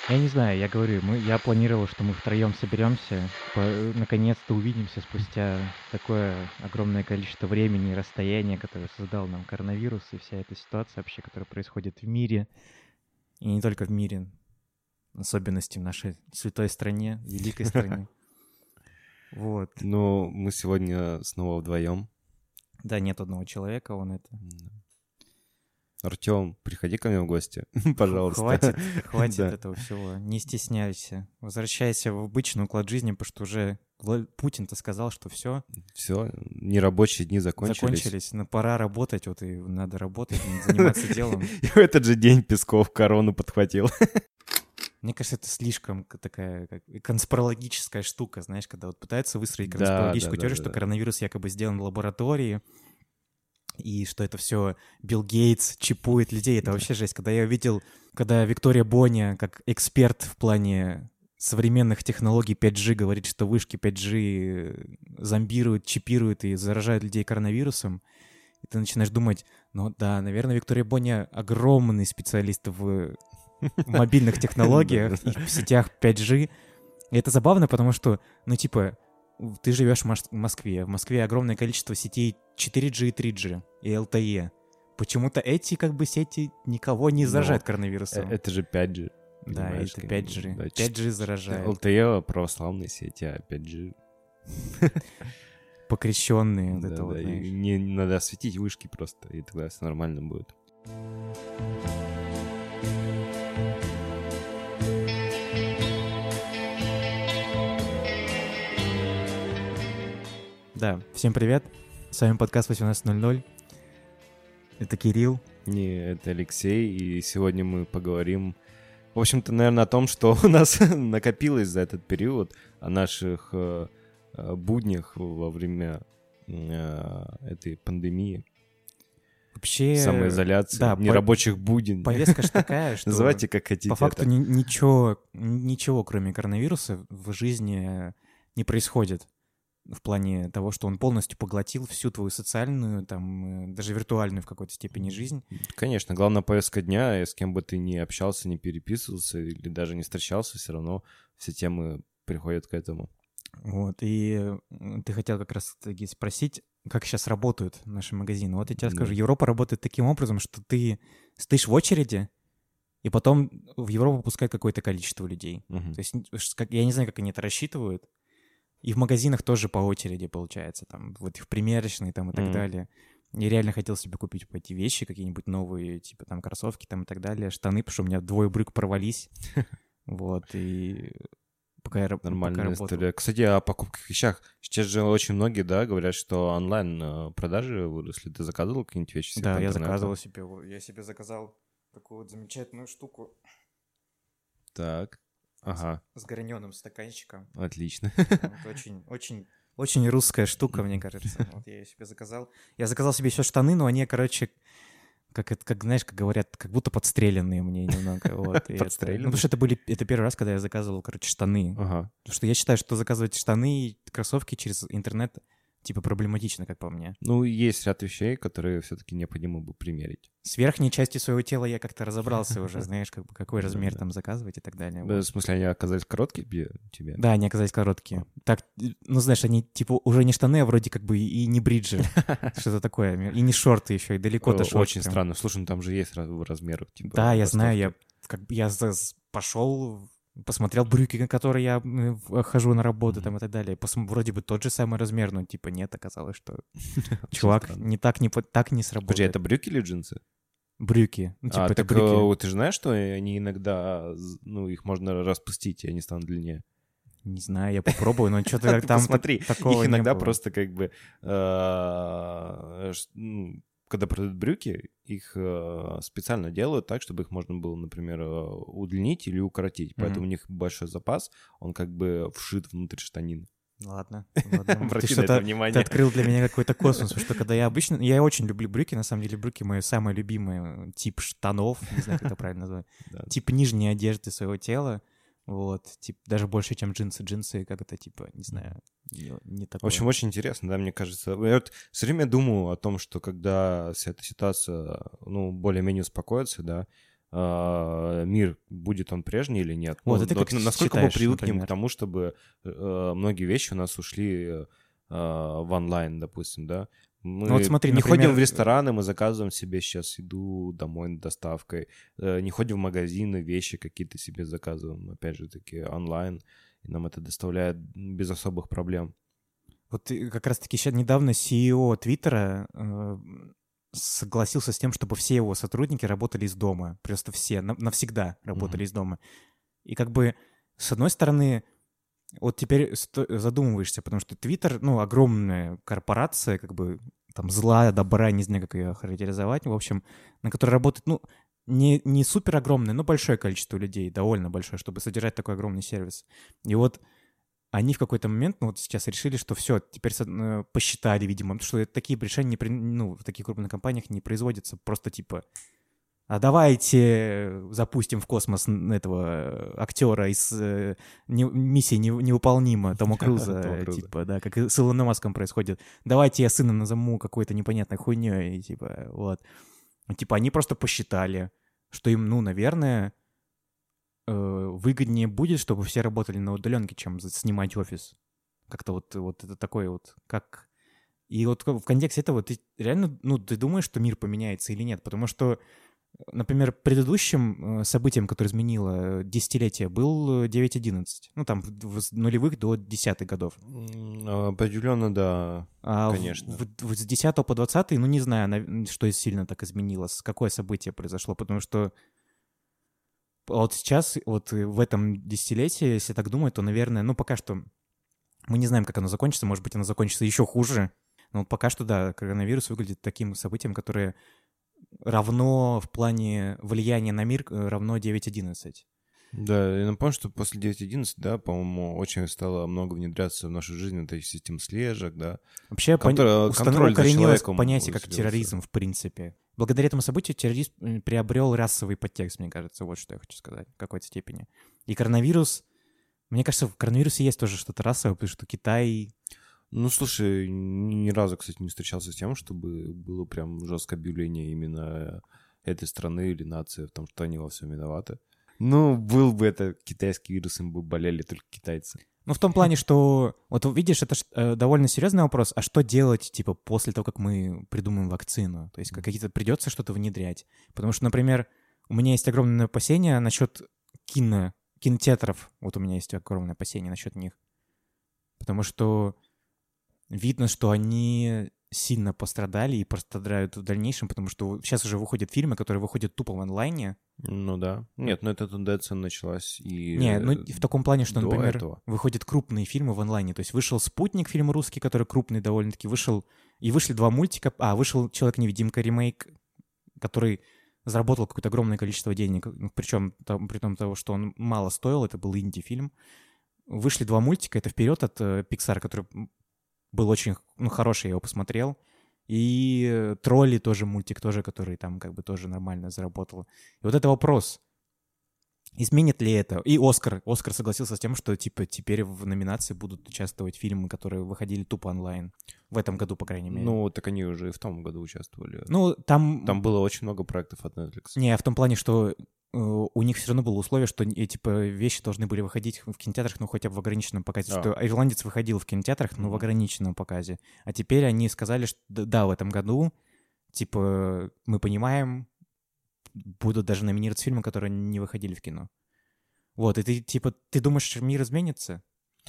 Я не знаю, я говорю, я планировал, что мы втроем соберемся, наконец-то увидимся спустя такое огромное количество времени и расстояния, которое создал нам коронавирус и вся эта ситуация вообще, которая происходит в мире, и не только в мире, особенности в нашей святой стране, великой стране. Вот. Ну, мы сегодня снова вдвоем. Да, нет одного человека, он это... Артем, приходи ко мне в гости, пожалуйста. Хватит Да. этого всего, не стесняйся. Возвращайся в обычный уклад жизни, потому что уже Путин-то сказал, что все, Все, нерабочие дни закончились. но пора работать, вот и надо работать, заниматься делом. И в этот же день Песков корону подхватил. Мне кажется, это слишком такая как конспирологическая штука, знаешь, когда вот пытаются выстроить Да, конспирологическую да, теорию, да, что да. коронавирус якобы сделан в лаборатории, и что это все Билл Гейтс чипует людей. Это вообще жесть. Когда я увидел, когда Виктория Боня, как эксперт в плане современных технологий 5G, говорит, что вышки 5G зомбируют, чипируют и заражают людей коронавирусом, и ты начинаешь думать, ну да, наверное, Виктория Боня огромный специалист в мобильных технологиях и в сетях 5G. И это забавно, потому что, ну, типа, ты живешь в Москве. В Москве огромное количество сетей 4G и 3G и LTE. Почему-то эти, как бы, сети никого не заражают коронавирусом. Это же 5G. Да, понимаешь, это как 5G. бы, да, 5G заражает. LTE православные сети, а 5G... Покрещенные, вот Да, это вот, да, и знаешь. не надо осветить вышки просто, и тогда все нормально будет. Да, всем привет. С вами подкаст 18:00. Это Кирилл. Не, это Алексей, и сегодня мы поговорим, в общем-то, наверное, о том, что у нас накопилось за этот период, о наших буднях во время этой пандемии, Вообще... самоизоляции, да, нерабочих будней. повестка ж такая, что... Называйте как хотите. По факту это. ничего, кроме коронавируса, в жизни не происходит. В плане того, что он полностью поглотил всю твою социальную, там, даже виртуальную в какой-то степени жизнь. Конечно, главная повестка дня, и с кем бы ты ни общался, не переписывался или даже не встречался, все равно все темы приходят к этому. Вот, и ты хотел как раз-таки спросить, как сейчас работают наши магазины. Вот я тебе расскажу, Да. Европа работает таким образом, что ты стоишь в очереди, и потом в Европу пускают какое-то количество людей. Мгм. То есть я не знаю, как они это рассчитывают. И в магазинах тоже по очереди, получается, там, вот в примерочной там и так Мгм. далее. Я реально хотел себе купить эти вещи, какие-нибудь новые, типа там кроссовки там и так далее, штаны, потому что у меня двое брюк порвались. Вот, и пока я Нормальная работал. история. Кстати, о покупках вещах. Сейчас же очень многие, да, говорят, что онлайн продажи выросли. Ты заказывал какие-нибудь вещи себе Да, по я интернету? заказывал себе, я себе заказал такую вот замечательную штуку Так, ага, с граненым стаканчиком. отлично. Вот очень, очень, очень русская штука, мне кажется. Вот я ее себе заказал. Я заказал себе еще штаны, но они, короче, как знаешь, как говорят, как будто подстреленные мне немного. Вот, и Подстреленные? потому что это первый раз, когда я заказывал, короче, штаны. Ага. Потому что я считаю, что заказывать штаны и кроссовки через интернет типа проблематично, как по мне. Ну, есть ряд вещей, которые все-таки необходимо бы примерить. С верхней части своего тела я как-то разобрался уже, знаешь, как бы какой Да, размер да. там заказывать и так далее. В Вот. смысле, они оказались короткие тебе? Да, они оказались короткие. Так, ну знаешь, они типа уже не штаны, а вроде как бы и не бриджи. Что-то такое. И не шорты еще, и далеко до шорт. Очень прям. странно. Слушай, ну там же есть размеров, типа. Да, я знаю, ростовки. я пошел, посмотрел брюки, на которые я хожу на работу Мгм. там и так далее. Вроде бы тот же самый размер, но типа нет, оказалось, что Очень чувак странно. так не Подожди, сработает. это брюки или джинсы? Брюки. Ну, типа это так брюки. ты же знаешь, что они иногда, ну, их можно распустить, и они станут длиннее? Не знаю, я попробую, но что-то Ты там посмотри, такого их не иногда было. просто как бы, когда продают брюки, их специально делают так, чтобы их можно было, например, удлинить или укоротить. Поэтому у них большой запас, он как бы вшит внутрь штанин. Ладно, ладно. Обрати Ты на это что-то внимание. ты открыл для меня какой-то космос, потому что когда я очень люблю брюки, на самом деле брюки мой самый любимый тип штанов, не знаю, как это правильно назвать, Да. тип нижней одежды своего тела, вот, тип даже больше, чем джинсы. Джинсы как это, типа, не знаю, не В такое. общем, очень интересно, да, мне кажется. Я вот все время думаю о том, что когда вся эта ситуация, ну, более-менее успокоится, да, мир, будет он прежний или нет. Вот, Ну, это как насколько мы считаешь, привыкнем например? к тому, чтобы многие вещи у нас ушли в онлайн, допустим, да. Ну вот Мы смотри, не ходим в например, рестораны, мы заказываем себе сейчас еду домой доставкой, не ходим в магазины, вещи какие-то себе заказываем, опять же таки, онлайн, и нам это доставляет без особых проблем. вот как раз-таки сейчас недавно CEO Твиттера согласился с тем, чтобы все его сотрудники работали из дома. Просто все, навсегда работали из дома. И как бы, с одной стороны, вот теперь задумываешься, потому что Твиттер, ну, огромная корпорация, как бы, там, зла, добра, не знаю, как ее характеризовать, в общем, на которой работает, ну, не супер огромное, но большое количество людей, довольно большое, чтобы содержать такой огромный сервис. И вот они в какой-то момент, ну вот сейчас решили, что все, теперь посчитали, видимо, что такие решения ну, в таких крупных компаниях не производятся просто типа, а давайте запустим в космос этого актера из «Миссия невыполнима» Тома Круза, типа, да, как и с Илоном Маском происходит. Давайте я сына назову какой-то непонятной хуйней, типа, вот. Типа они просто посчитали, что им, ну, наверное, выгоднее будет, чтобы все работали на удаленке, чем снимать офис. Как-то вот это такое вот, как... И вот в контексте этого ты реально, ну, ты думаешь, что мир поменяется или нет? Потому что, например, предыдущим событием, которое изменило десятилетие, был 9.11. Ну, там, с нулевых до 10-х годов. Определенно, да, конечно. С 10 по 20, ну, не знаю, что сильно так изменилось, какое событие произошло, потому что вот сейчас, вот в этом десятилетии, если так думать, то, наверное, ну, пока что мы не знаем, как оно закончится, может быть, оно закончится еще хуже, но вот пока что, да, коронавирус выглядит таким событием, которое равно в плане влияния на мир равно 9.11. Да, я напомню, что после 9.11, да, по-моему, очень стало много внедряться в нашу жизнь вот этих систем слежек, да. Вообще контроль за укоренилось человеком понятие как усилился. терроризм, в принципе. Благодаря этому событию терроризм приобрел расовый подтекст, мне кажется, вот что я хочу сказать, в какой-то степени. И коронавирус, мне кажется, в коронавирусе есть тоже что-то расовое, потому что Китай... Ну, слушай, ни разу, кстати, не встречался с тем, чтобы было прям жесткое объявление именно этой страны или нации в том, что они во всем виноваты. Ну, был бы это китайский вирус, им бы болели только китайцы. Ну, в том плане, что, вот видишь, это довольно серьезный вопрос, а что делать, типа, после того, как мы придумаем вакцину? То есть какие-то придется что-то внедрять. Потому что, например, у меня есть огромное опасение насчет кинотеатров. Вот у меня есть огромное опасение насчет них. Потому что видно, что они сильно пострадали и пострадают в дальнейшем, потому что сейчас уже выходят фильмы, которые выходят тупо в онлайне. Ну да. Нет, но эта тенденция началась и Не, ну в таком плане, что, до например, этого. выходят крупные фильмы в онлайне. То есть вышел «Спутник», фильм русский, который крупный довольно-таки, вышли два мультика. Вышел «Человек-невидимка» ремейк, который заработал какое-то огромное количество денег, причем при том того, что он мало стоил, это был инди-фильм. Вышли два мультика, это «Вперед» от Pixar, который был очень хороший, я его посмотрел. И «Тролли» тоже мультик, тоже, который там как бы тоже нормально заработал. И вот это вопрос. Изменит ли это? И Оскар. Оскар согласился с тем, что типа теперь в номинации будут участвовать фильмы, которые выходили тупо онлайн. В этом году, по крайней мере. Ну, так они уже и в том году участвовали. Ну, там было очень много проектов от Netflix. Не, в том плане, что у них все равно было условие, что типа вещи должны были выходить в кинотеатрах, ну, хотя бы в ограниченном показе. Что «Ирландец» выходил в кинотеатрах, но в ограниченном показе. А теперь они сказали, что да, в этом году, типа, мы понимаем, будут даже номинироваться фильмы, которые не выходили в кино. Вот, и ты думаешь, мир изменится?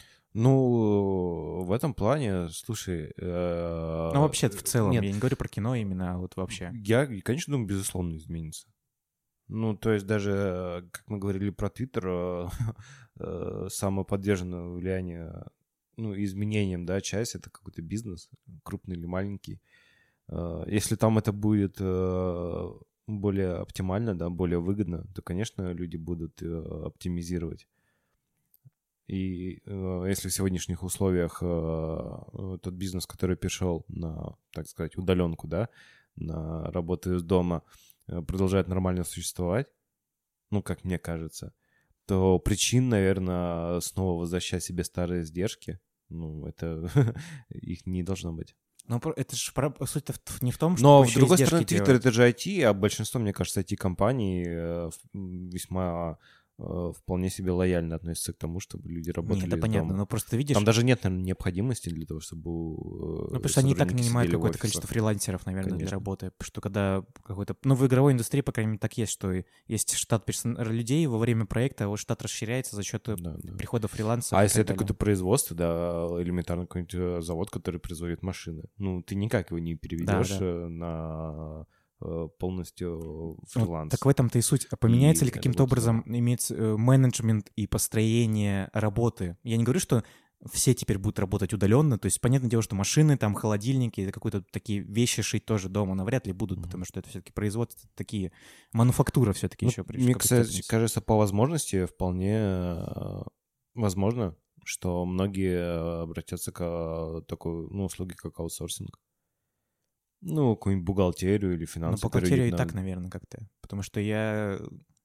Ну, в этом плане, слушай... Ну, вообще, в целом, нет, я не говорю про кино именно, а вот вообще. Я, конечно, думаю, безусловно, изменится. Ну, то есть даже, как мы говорили про Твиттер, самое поддержанное влияние, ну, изменением, да, часть — это какой-то бизнес, крупный или маленький. Если там это будет более оптимально, да, более выгодно, то, конечно, люди будут оптимизировать. И если в сегодняшних условиях тот бизнес, который перешел на, так сказать, удаленку, да, на работу из дома, продолжает нормально существовать, ну, как мне кажется, то причин, наверное, снова возвращать себе старые издержки, ну, это их не должно быть. Но это же суть не в том, Но, чтобы с еще другой издержки стороны, Twitter — делать. это же IT, а большинство, мне кажется, IT-компаний весьма вполне себе лояльно относятся к тому, чтобы люди Не, да работали из понятно, дома. но просто ты Там видишь, даже нет, наверное, необходимости для того, чтобы ну, потому что они и так сотрудники нанимают сидели в какое-то офисах. количество фрилансеров, наверное, для Конечно. работы. Потому что когда какой-то... Ну, в игровой индустрии, по крайней мере, так есть, что есть штат людей во время проекта, а вот штат расширяется за счет Да, да. прихода фрилансов А и если так это далее. какое-то производство, да, элементарно какой-нибудь завод, который производит машины, ну, ты никак его не переведешь Да. на полностью Вот, фриланс. так в этом-то и суть. А поменяется И ли каким-то работать образом дома. имеется менеджмент и построение работы? Я не говорю, что все теперь будут работать удаленно. То есть, понятное дело, что машины, там, холодильники, это какие-то такие вещи шить тоже дома навряд ли будут, потому что это все-таки производство такие, мануфактура все-таки Ну, еще в мне, какой-то степени. кажется, по возможности вполне возможно, что многие обратятся к такой, ну, услуге, как аутсорсинг. Ну, какую-нибудь бухгалтерию или Но финансы бухгалтерия переводить и на... так, наверное, как-то. Потому что я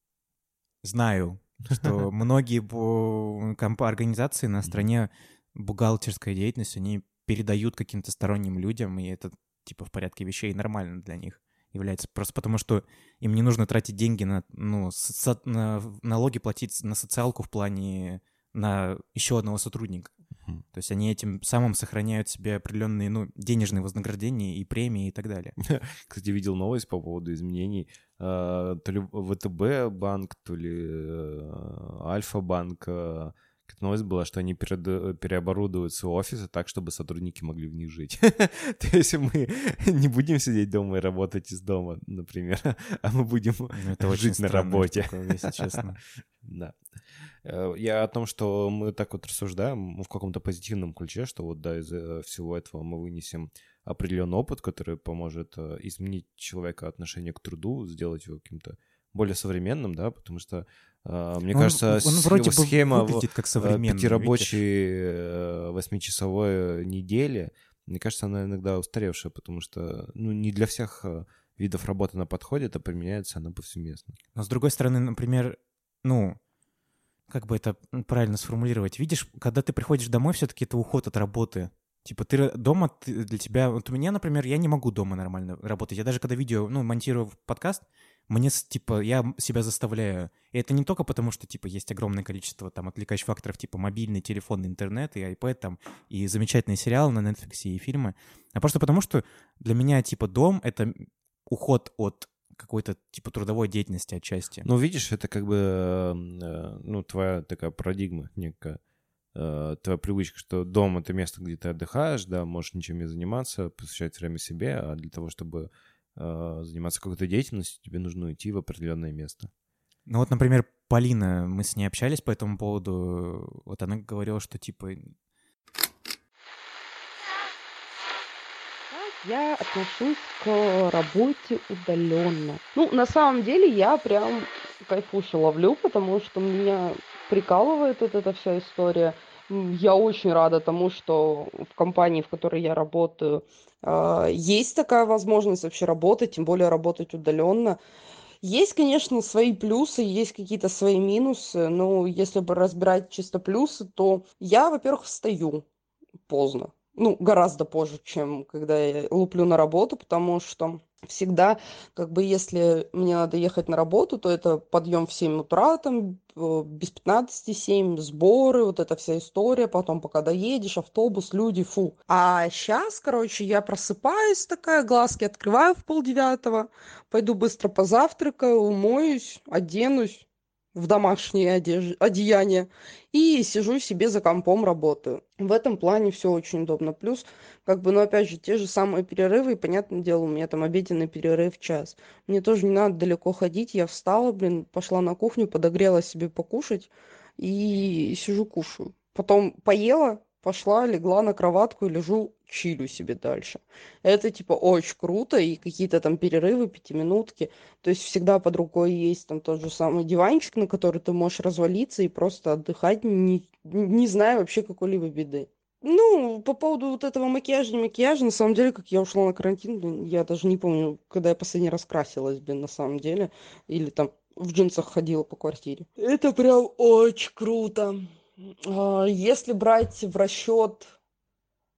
знаю, что многие организации на стране бухгалтерской деятельности, они передают каким-то сторонним людям, и это типа в порядке вещей нормально для них является. Просто потому, что им не нужно тратить деньги на, ну, на налоги платить на социалку в плане на еще одного сотрудника. Мгм. То есть они этим самым сохраняют себе определенные, ну, денежные вознаграждения и премии и так далее. Кстати, видел новость по поводу изменений. То ли ВТБ банк, то ли Альфа-банк. Какая-то новость была, что они переоборудуют свои офисы так, чтобы сотрудники могли в них жить. То есть мы не будем сидеть дома и работать из дома, например, а мы будем Ну, это очень жить на странная работе. штука, если честно. Да. Я о том, что мы так вот рассуждаем в каком-то позитивном ключе, что вот да, из всего этого мы вынесем определенный опыт, который поможет изменить человека отношение к труду, сделать его каким-то более современным, да, потому что, мне Он, кажется, он вроде бы схема выглядит как современный, видишь? пятирабочей 8-часовой недели, мне кажется, она иногда устаревшая, потому что, ну, не для всех видов работы она подходит, а применяется она повсеместно. Но с другой стороны, например, ну, как бы это правильно сформулировать? Видишь, когда ты приходишь домой, все-таки это уход от работы. Типа ты дома, для тебя... Вот у меня, например, я не могу дома нормально работать. Я даже когда видео, ну, монтирую подкаст, мне, типа, я себя заставляю. И это не только потому, что, типа, есть огромное количество там отвлекающих факторов, типа мобильный телефон, интернет и iPad там, и замечательные сериалы на Netflix и фильмы, а просто потому, что для меня, типа, дом — это уход от какой-то, типа, трудовой деятельности отчасти. Ну, видишь, это как бы, ну, твоя такая парадигма некая, твоя привычка, что дом — это место, где ты отдыхаешь, да, можешь ничем не заниматься, посвящать время себе, а для того, чтобы заниматься какой-то деятельностью, тебе нужно идти в определенное место. Ну вот, например, Полина, мы с ней общались по этому поводу, вот она говорила, что, типа, Я отношусь к работе удаленно. Ну, на самом деле, я прям кайфуши ловлю, потому что меня прикалывает вот эта вся история. Я очень рада тому, что в компании, в которой я работаю, есть такая возможность вообще работать, тем более работать удаленно. Есть, конечно, свои плюсы, есть какие-то свои минусы, но если бы разбирать чисто плюсы, то я, во-первых, встаю поздно. Ну, гораздо позже, чем когда я луплю на работу, потому что всегда, как бы, если мне надо ехать на работу, то это подъем в 7 утра, там, без 15 7, сборы, вот эта вся история, потом, пока доедешь, автобус, люди, фу. А сейчас, короче, я просыпаюсь такая, глазки открываю в 8:30, пойду быстро позавтракаю, умоюсь, оденусь в домашнее одеяние и сижу себе за компом, работаю. В этом плане все очень удобно. Плюс, как бы, ну, опять же, те же самые перерывы, и, понятное дело, у меня там обеденный перерыв час. Мне тоже не надо далеко ходить. Я встала, блин, пошла на кухню, подогрела себе покушать и сижу кушаю. Потом поела, пошла, легла на кроватку и лежу, чилю себе дальше. Это, типа, очень круто, и какие-то там перерывы, пятиминутки. То есть всегда под рукой есть там тот же самый диванчик, на который ты можешь развалиться и просто отдыхать, не зная вообще какой-либо беды. Ну, по поводу вот этого макияжа, не макияжа, на самом деле, как я ушла на карантин, блин, я даже не помню, когда я последний раз красилась, блин, на самом деле. Или там в джинсах ходила по квартире. Это прям очень круто. Если брать в расчет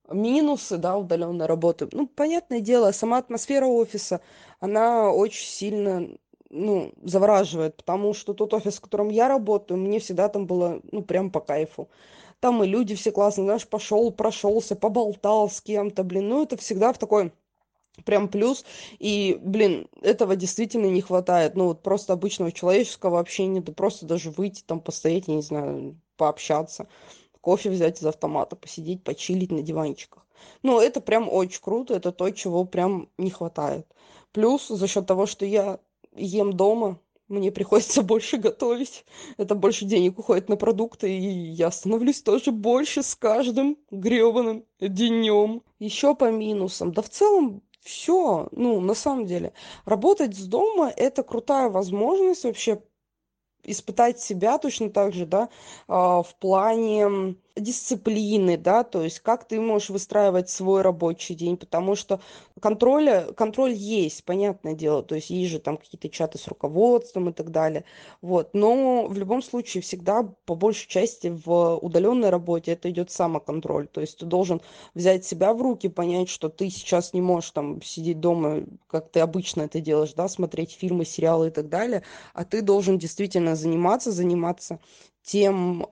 минусы, да, удаленной работы. Ну, понятное дело, сама атмосфера офиса, она очень сильно, ну, завораживает, потому что тот офис, в котором я работаю, мне всегда там было, ну, прям по кайфу. Там и люди все классные, знаешь, пошел, прошелся, поболтал с кем-то, блин, ну, это всегда в такой прям плюс. И, блин, этого действительно не хватает. Ну, вот просто обычного человеческого общения, да просто даже выйти там, постоять, я не знаю, пообщаться, кофе взять из автомата, посидеть, почилить на диванчиках. Ну, это прям очень круто, это то, чего прям не хватает. Плюс за счет того, что я ем дома, мне приходится больше готовить. Это больше денег уходит на продукты, и я становлюсь тоже больше с каждым грёбаным днем. Еще по минусам. Да в целом все, ну, на самом деле. Работать с дома — это крутая возможность вообще испытать себя точно так же, да, в плане дисциплины, да, то есть как ты можешь выстраивать свой рабочий день, потому что контроль есть, понятное дело, то есть есть же там какие-то чаты с руководством и так далее, вот, но в любом случае всегда по большей части в удаленной работе это идет самоконтроль, то есть ты должен взять себя в руки, понять, что ты сейчас не можешь там сидеть дома, как ты обычно это делаешь, да, смотреть фильмы, сериалы и так далее, а ты должен действительно заниматься тем,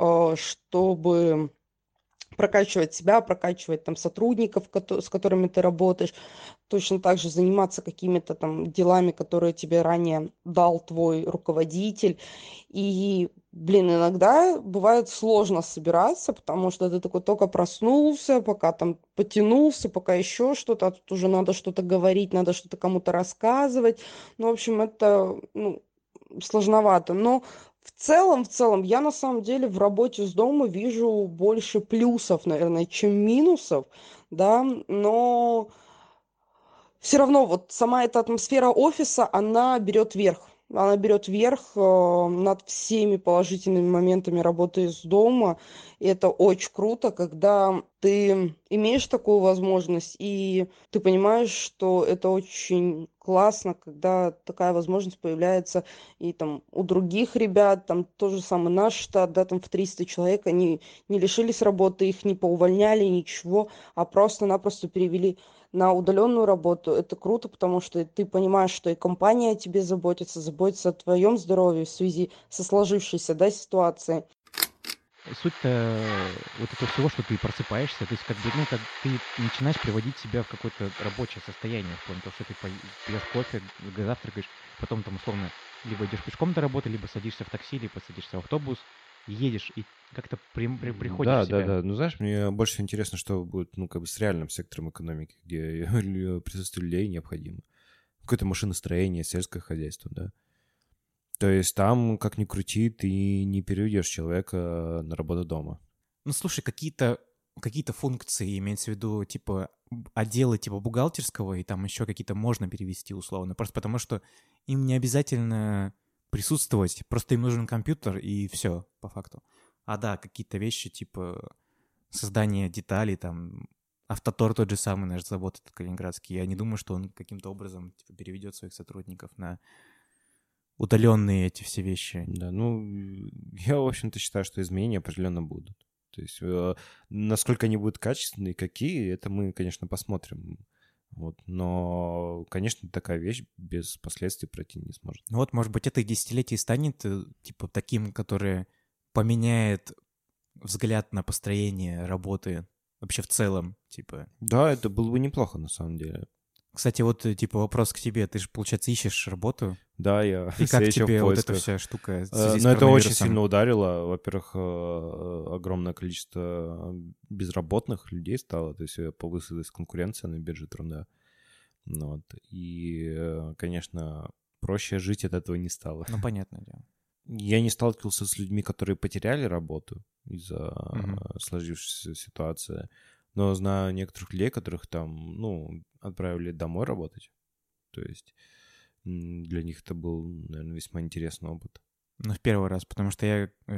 чтобы прокачивать себя, прокачивать там сотрудников, с которыми ты работаешь, точно так же заниматься какими-то там делами, которые тебе ранее дал твой руководитель. И, блин, иногда бывает сложно собираться, потому что ты такой только проснулся, пока там потянулся, пока еще что-то, а тут уже надо что-то говорить, надо что-то кому-то рассказывать. Ну, в общем, это, ну, сложновато. Но в целом, я на самом деле в работе с дома вижу больше плюсов, наверное, чем минусов, да, но все равно вот сама эта атмосфера офиса, она берет верх. Она берет верх над всеми положительными моментами работы из дома. И это очень круто, когда ты имеешь такую возможность, и ты понимаешь, что это очень классно, когда такая возможность появляется и там у других ребят, там тот же самый наш штат, да, там в 300 человек, они не лишились работы, их не поувольняли, ничего, а просто-напросто перевели на удаленную работу. Это круто, потому что ты понимаешь, что и компания о тебе заботится о твоем здоровье в связи со сложившейся, да, ситуацией. Суть-то вот этого всего, что ты просыпаешься, то есть как бы, ну, как ты начинаешь приводить себя в какое-то рабочее состояние, в плане того, что ты пьешь кофе, завтракаешь, потом там условно либо идешь пешком до работы, либо садишься в такси, либо садишься в автобус, и едешь, и как-то приходишь Да, в да, себя. да. Ну, знаешь, мне больше интересно, что будет, ну, как бы с реальным сектором экономики, где присутствие людей необходимо. Какое-то машиностроение, сельское хозяйство, да. То есть там, как ни крути, ты не переведешь человека на работу дома. Ну, слушай, какие-то функции, имеется в виду, типа, отделы типа бухгалтерского, и там еще какие-то можно перевести условно, просто потому что им не обязательно присутствовать, просто им нужен компьютер, и все, по факту. А да, какие-то вещи, типа, создание деталей, там, Автотор тот же самый наш завод, этот калининградский, я не думаю, что он каким-то образом типа, переведет своих сотрудников на удаленные эти все вещи. Да, ну, я, в общем-то, считаю, что изменения определенно будут. То есть, насколько они будут качественные, какие, это мы, конечно, посмотрим. Вот. Но, конечно, такая вещь без последствий пройти не сможет. Ну вот, может быть, это десятилетие станет типа таким, которое поменяет взгляд на построение работы вообще в целом, типа. Да, это было бы неплохо, на самом деле. Кстати, вот, типа, вопрос к тебе. Ты же, получается, ищешь работу. Да, я И как все еще тебе в вот эта поисках. вся штука в связи с Но это очень коронавирусом? сильно ударило. Во-первых, огромное количество безработных людей стало. То есть повысилась конкуренция на бирже труда. Ну вот. И, конечно, проще жить от этого не стало. Ну, понятное дело. Я не сталкивался с людьми, которые потеряли работу из-за Мгм. сложившейся ситуации. Но знаю некоторых людей, которых там, ну, отправили домой работать. То есть для них это был, наверное, весьма интересный опыт. Ну, в первый раз, потому что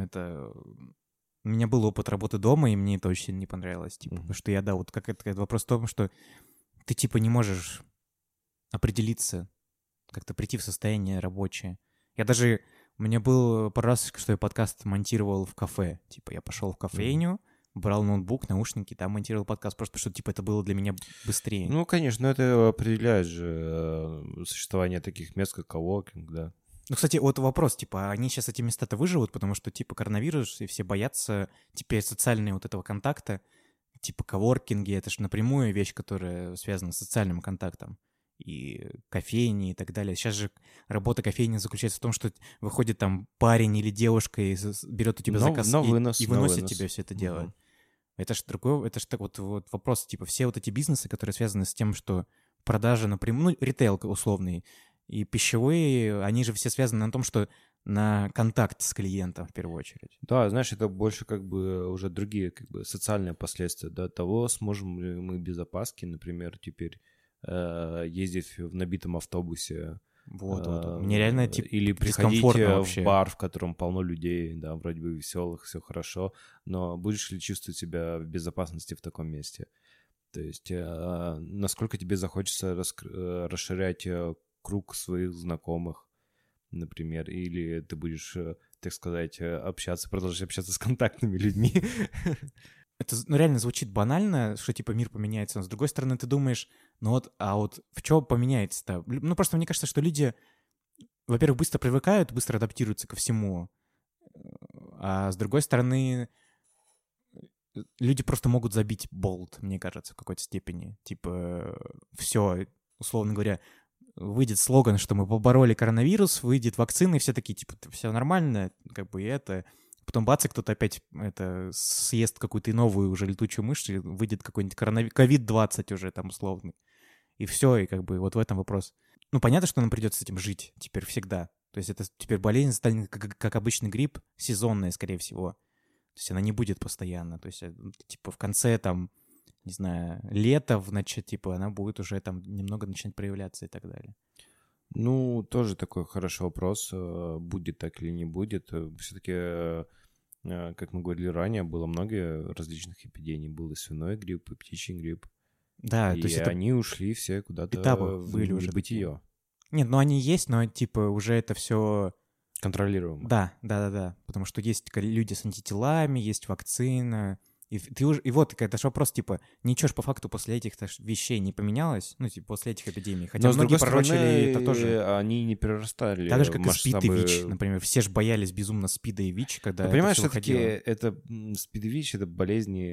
у меня был опыт работы дома, и мне это очень сильно не понравилось. Типа, потому что я, да, вот как это вопрос в том, что ты, типа, не можешь определиться, как-то прийти в состояние рабочее. У меня был пару раз, что я подкаст монтировал в кафе. Типа, я пошел в кофейню, брал ноутбук, наушники, там монтировал подкаст, просто потому что, типа, это было для меня быстрее. Ну, конечно, это определяет же существование таких мест, как коворкинг, да. Ну, кстати, вот вопрос, типа, они сейчас эти места-то выживут, потому что, типа, коронавирус, и все боятся теперь социального вот этого контакта, типа, коворкинги, это же напрямую вещь, которая связана с социальным контактом, и кофейни и так далее. Сейчас же работа кофейни заключается в том, что выходит там парень или девушка и берет у тебя заказ и выносит тебе все это дело. Мгм. Это ж другое, это ж так вот вопрос, типа, все вот эти бизнесы, которые связаны с тем, что продажа напрямую, ну, ритейл условный, и пищевые, они же все связаны на том, что на контакт с клиентом в первую очередь. Да, знаешь, это больше как бы уже другие как бы социальные последствия, да, того, сможем ли мы без опаски, например, теперь ездить в набитом автобусе. Вот. Мне реально, типа, или приходить дискомфортно в вообще. бар, в котором полно людей, да, вроде бы веселых, все хорошо, но будешь ли чувствовать себя в безопасности в таком месте? То есть насколько тебе захочется расширять круг своих знакомых, например, или ты будешь, так сказать, продолжать общаться с контактными людьми. Это, ну, реально звучит банально, что, типа, мир поменяется, но с другой стороны ты думаешь, ну вот, а вот в чем поменяется-то? Ну, просто мне кажется, что люди, во-первых, быстро привыкают, быстро адаптируются ко всему, а с другой стороны, люди просто могут забить болт, мне кажется, в какой-то степени. Типа, все, условно говоря, выйдет слоган, что мы побороли коронавирус, выйдет вакцина, и все такие, типа, все нормально, как бы и это. Потом бац, и кто-то опять съест какую-то новую уже летучую мышь, и выйдет какой-нибудь ковид-20 уже там условный. И все, и как бы вот в этом вопрос. Ну, понятно, что нам придется с этим жить теперь всегда. То есть это теперь болезнь станет как обычный грипп, сезонная, скорее всего. То есть она не будет постоянно. То есть, типа, в конце там, не знаю, лета, значит, типа, она будет уже там немного начинать проявляться и так далее. Ну, тоже такой хороший вопрос, будет так или не будет. Все-таки, как мы говорили ранее, было много различных эпидемий. Был и свиной грипп, и птичий грипп. Да, И то есть это они ушли все куда-то этапы в были уже небытие. Нет, ну они есть, но типа уже это все... Контролируемо. Да. Потому что есть люди с антителами, есть вакцина. И ты уже, и вот это же вопрос, типа, ничего ж по факту после этих вещей не поменялось, ну, типа, после этих эпидемий. Хотя Но, с многие другой пророчили стороны, это тоже. они не перерастали Так же, как в и СПИД и масштабы... ВИЧ, например. Все же боялись безумно СПИДа и ВИЧ, когда Ну, это понимаешь, все все-таки выходило. это СПИД и ВИЧ — это болезни,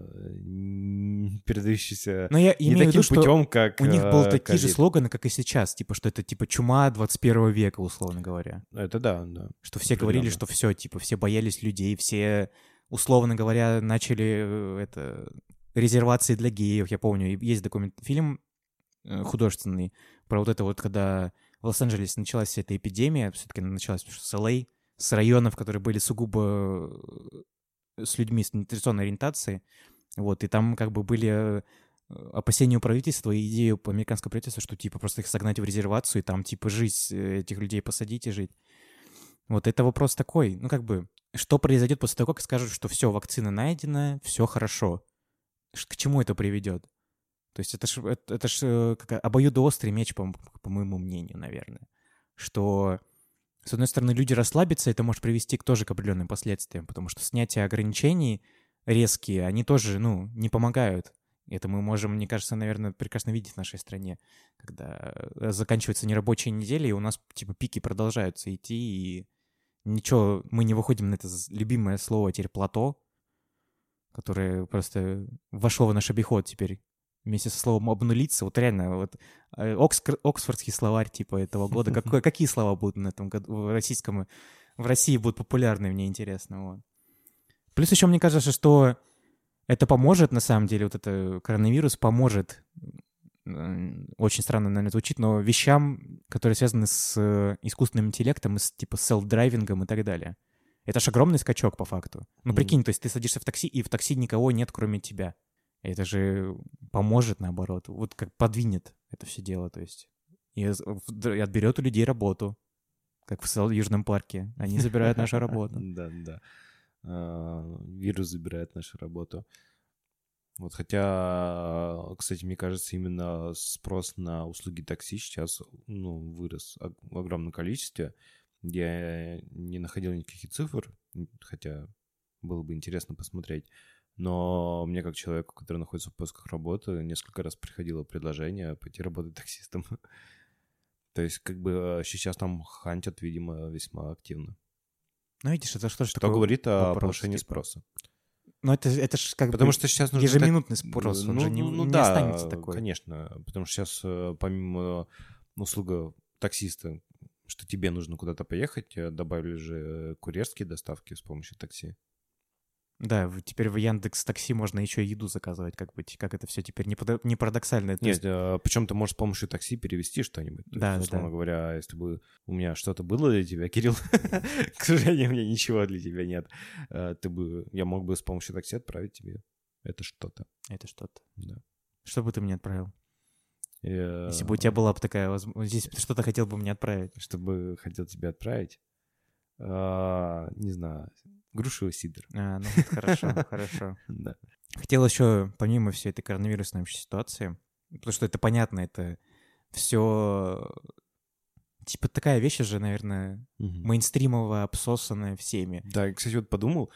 передающиеся Но я не имею в таким виду, что путем, как у них были такие же ковид. слоганы, как и сейчас, типа, что это типа чума 21 века, условно говоря. Это да. Что все говорили, Определенно. что все, типа, все боялись людей, все, условно говоря, начали резервации для геев. Я помню, есть фильм художественный про вот это вот, когда в Лос-Анджелесе началась вся эта эпидемия, все-таки началась с LA, с районов, которые были сугубо с людьми с нетрадиционной ориентацией. Вот, и там как бы были опасения у правительства и идеи у американского правительства, что типа просто их согнать в резервацию и там типа жить, этих людей посадить и жить. Вот это вопрос такой, ну как бы, что произойдет после того, как скажут, что все, вакцина найдена, все хорошо? К чему это приведет? То есть это ж как обоюдоострый меч, по моему мнению, наверное. Что, с одной стороны, люди расслабятся, это может привести тоже к определенным последствиям, потому что снятие ограничений резкие, они тоже, ну, не помогают. Это мы можем, мне кажется, наверное, прекрасно видеть в нашей стране, когда заканчивается нерабочая неделя, и у нас, типа, пики продолжаются идти, и ничего, мы не выходим на это любимое слово теперь «плато», которое просто вошло в наш обиход теперь вместе со словом «обнулиться». Вот реально, вот Оксфордский словарь типа этого года. Какие слова будут на этом году в России будут популярны, мне интересно. Вот. Плюс еще мне кажется, что это поможет, на самом деле, вот это коронавирус поможет, очень странно, наверное, звучит, но вещам, которые связаны с искусственным интеллектом, и с типа селф-драйвингом и так далее. Это ж огромный скачок по факту. Ну, прикинь, то есть ты садишься в такси, и в такси никого нет, кроме тебя. Это же поможет, наоборот. Вот как подвинет это все дело, то есть. И отберет у людей работу, как в Южном парке. Они забирают нашу работу. Да. Вирус забирает нашу работу. Вот, хотя, кстати, мне кажется, именно спрос на услуги такси сейчас, ну, вырос в огромном количестве. Я не находил никаких цифр, хотя было бы интересно посмотреть. Но мне, как человеку, который находится в поисках работы, несколько раз приходило предложение пойти работать таксистом. То есть, как бы, сейчас там хантят, видимо, весьма активно. Ну, видишь, это что же Что такое говорит о вопрос, повышении типа? спроса. Ну, это же как Потому бы что сейчас нужно... ежеминутный спрос, он же не да, останется такой. конечно. Потому что сейчас, помимо услуги таксиста, что тебе нужно куда-то поехать, добавили же курьерские доставки с помощью такси. Да, теперь в Яндекс Такси можно еще еду заказывать, как это все теперь не парадоксально. Нет, причем ты можешь с помощью такси перевести что-нибудь. Да, есть, условно говоря, если бы у меня что-то было для тебя, Кирилл, к сожалению, у меня ничего для тебя нет, я мог бы с помощью такси отправить тебе это что-то. Это что-то. Да. Что бы ты мне отправил? Если бы у тебя была бы такая возможность, здесь что-то хотел бы мне отправить. Чтобы хотел тебе отправить? Не знаю, грушевый сидр. Ну, хорошо, хорошо. Да. Хотел еще, помимо всей этой коронавирусной ситуации, потому что это понятно, это все типа такая вещь уже, наверное, мейнстримово обсосанная всеми. Да, я, кстати, вот подумал,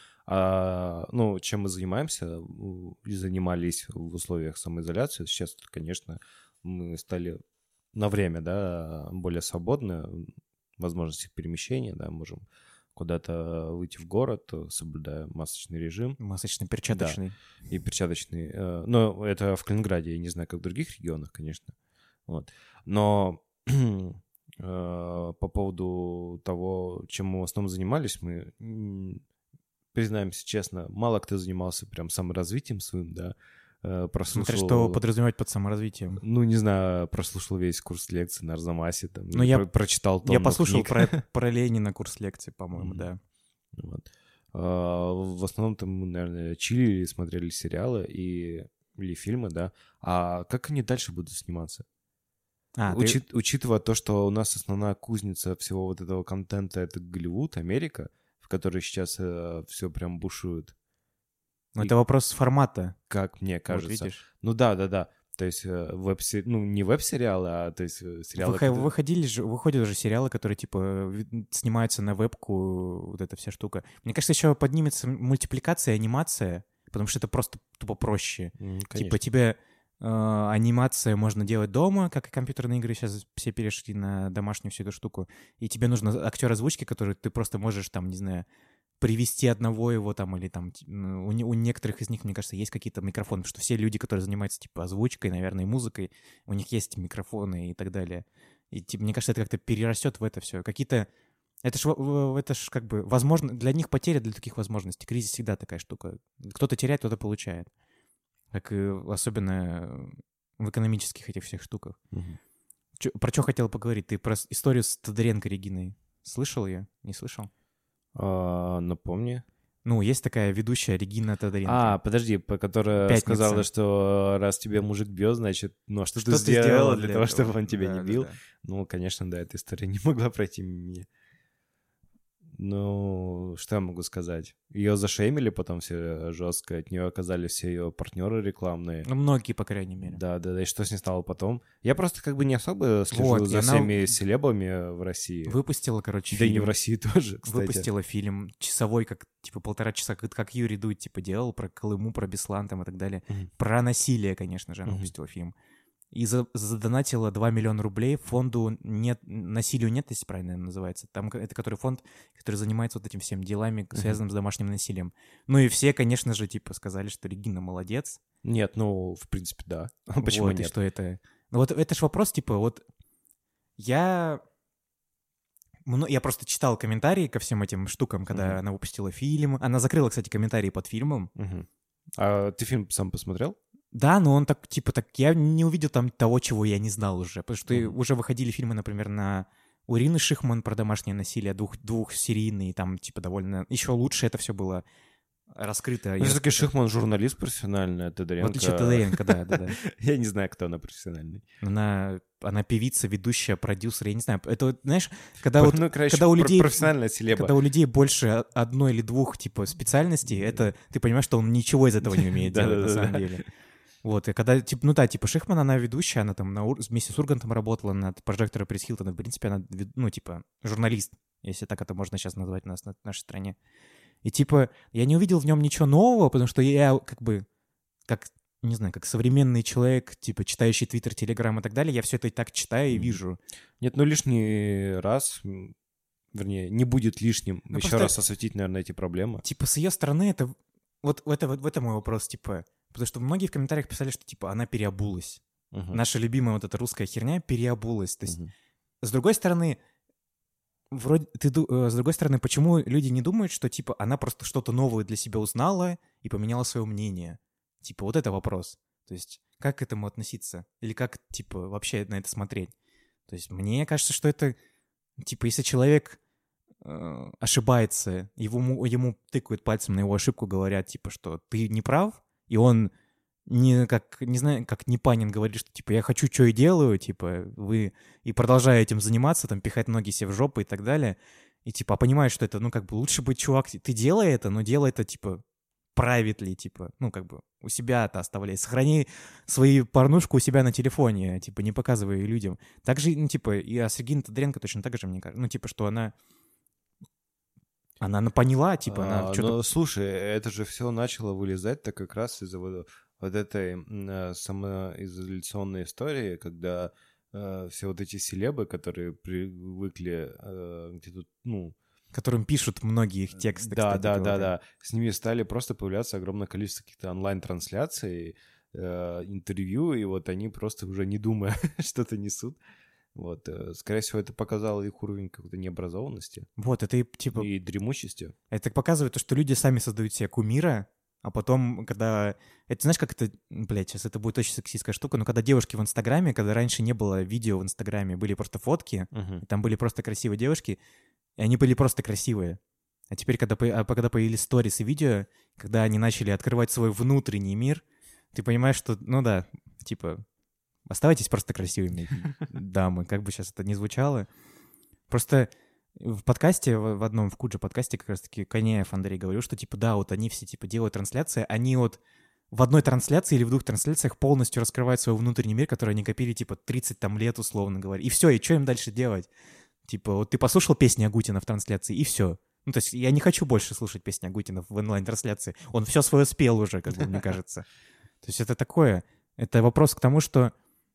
чем мы занимаемся и занимались в условиях самоизоляции. Сейчас, конечно, мы стали на время, да, более свободны, возможности перемещения, да, можем куда-то выйти в город, соблюдая масочный режим. Масочный, перчаточный. Да, и перчаточный. Но это в Калининграде, я не знаю, как в других регионах, конечно. Вот. Но по поводу того, чем мы в основном занимались, мы, признаемся честно, мало кто занимался прям саморазвитием своим, да. Смотря что подразумевать под саморазвитием. Ну, не знаю, прослушал весь курс лекций на Арзамасе, там, прочитал том. Я послушал про Ленина курс лекций, по-моему, да. Вот. В основном-то мы, наверное, чилили, смотрели сериалы или фильмы, да. А как они дальше будут сниматься? Учитывая то, что у нас основная кузница всего вот этого контента — это Голливуд, Америка, в которой сейчас все прям бушует. Но это вопрос формата. Как мне кажется. Вот видишь. Ну да. То есть не веб-сериалы, а то есть сериалы... Выходят же сериалы, которые типа снимаются на вебку, вот эта вся штука. Мне кажется, еще поднимется мультипликация, анимация, потому что это просто тупо проще. Типа тебе анимация можно делать дома, как и компьютерные игры сейчас все перешли на домашнюю всю эту штуку. И тебе нужно актер озвучки, который ты просто можешь там, не знаю, привести одного его там, или там у некоторых из них, мне кажется, есть какие-то микрофоны, потому что все люди, которые занимаются типа озвучкой, наверное, и музыкой, у них есть микрофоны и так далее. И типа, мне кажется, это как-то перерастет в это все. Это ж как бы возможно, для них потеря для таких возможностей. Кризис всегда такая штука. Кто-то теряет, кто-то получает. Как и особенно в экономических этих всех штуках. Про что хотел поговорить? Ты про историю с Тодоренко Региной слышал ее? Не слышал? Напомни. Ну, есть такая ведущая Регина Тодоренко. Подожди, которая Пятница. сказала, что раз тебе мужик бьет, значит, ну, что ты сделала для того, чтобы он тебя не бил? Да. Ну, конечно, да, эта история не могла пройти мимо меня. Ну, что я могу сказать? Ее зашеймили потом все жестко, от нее оказались все ее партнеры рекламные. Ну, многие, по крайней мере. Да, и что с ней стало потом? Я просто как бы не особо слежу за всеми селебами в России. Выпустила, короче, фильм. Да и не в фильм. России тоже, кстати. Выпустила фильм часовой, как типа 1,5 часа, как Юрий Дудь типа делал, про Колыму, про Беслан там и так далее. Про насилие, конечно же, она выпустила фильм. И задонатила 2 миллиона рублей фонду «Насилию нет», если правильно называется. Там это который фонд, который занимается вот этим всем делами, связанным с домашним насилием. Ну и все, конечно же, типа сказали, что Регина молодец. Нет, ну, в принципе, да. Почему нет? И что это... Ну вот это ж вопрос, типа, вот я просто читал комментарии ко всем этим штукам, когда она выпустила фильм. Она закрыла, кстати, комментарии под фильмом. А ты фильм сам посмотрел? Да, но он так, типа, я не увидел там того, чего я не знал уже. Потому что уже выходили фильмы, например, у Ирины Шихман про домашнее насилие, двухсерийные, там, типа, довольно... Еще лучше это все было раскрыто. Все-таки Шихман журналист профессиональный, а Тодоренко... В отличие от Тодоренко, да. Я не знаю, кто она профессиональный. Она певица, ведущая, продюсер, я не знаю. Это, знаешь, когда у людей... Профессиональная селеба. Когда у людей больше одной или двух, типа, специальностей, это ты понимаешь, что он ничего из этого не умеет делать, на самом деле. Вот, и когда, типа, Шихман, она ведущая, она там вместе с Ургантом работала над «Прожектора Пресс Хилтона», в принципе, она, журналист, если так это можно сейчас назвать у нас в нашей стране. И, типа, я не увидел в нем ничего нового, потому что я, как бы, как, не знаю, как современный человек, типа, читающий Твиттер, Телеграм и так далее, я все это и так читаю и вижу. Нет, ну лишний раз, вернее, не будет лишним Ну, еще просто, раз осветить, наверное, эти проблемы. типа, с ее стороны это... Вот это мой вопрос, типа... Потому что многие в комментариях писали, что, типа, она переобулась. Наша любимая вот эта русская херня переобулась. То есть, с другой стороны, с другой стороны, почему люди не думают, что, типа, она просто что-то новое для себя узнала и поменяла свое мнение? Типа, вот это вопрос. То есть, как к этому относиться? Или как, типа, вообще на это смотреть? То есть, мне кажется, что это, типа, если человек ошибается, ему тыкают пальцем на его ошибку, говорят, типа, что ты не прав, и он не знаю, как Непанин говорит, что, типа, я хочу, что и делаю, типа, вы и продолжаю этим заниматься, там, пихать ноги себе в жопу и так далее, и, типа, понимаешь, что это, ну, как бы, лучше быть, чувак, ты делай это, но делай это, типа, privately, типа, ну, как бы, у себя-то оставляй, сохрани свою порнушку у себя на телефоне, типа, не показывай ее людям. Также, ну, типа, и Сергея Тодоренко точно так же, мне кажется, ну, типа, что она поняла, типа, она что-то... Ну, слушай, это же все начало вылезать-то как раз из-за вот этой самоизоляционной истории, когда все вот эти селебы, которые привыкли где-то, ну... Которым пишут многие их тексты, да, кстати говоря. Да. С ними стали просто появляться огромное количество каких-то онлайн-трансляций, интервью, и вот они просто уже не думая что-то несут. Вот, скорее всего, это показало их уровень какой-то необразованности. Вот, это и, типа... И дремучести. Это показывает то, что люди сами создают себе кумира, а потом, когда... Это знаешь, как это... Блядь, сейчас это будет очень сексистская штука, но когда девушки в Инстаграме, когда раньше не было видео в Инстаграме, были просто фотки, и там были просто красивые девушки, и они были просто красивые. А теперь, когда появились сторис и видео, когда они начали открывать свой внутренний мир, ты понимаешь, что, ну да, типа... Оставайтесь просто красивыми, дамы, как бы сейчас это ни звучало. Просто в подкасте, в одном, в Куджи подкасте как раз-таки Коняев Андрей говорил, что, типа, да, вот они все, типа, делают трансляции, они вот в одной трансляции или в 2 трансляциях полностью раскрывают свой внутренний мир, который они копили, типа, 30 там лет, условно говоря. И все, и что им дальше делать? Типа, вот ты послушал песни Агутина в трансляции, и все. Ну, то есть я не хочу больше слушать песни Агутина в онлайн-трансляции. Он все свое спел уже, как бы, мне кажется. То есть это такое. Это вопрос к тому, что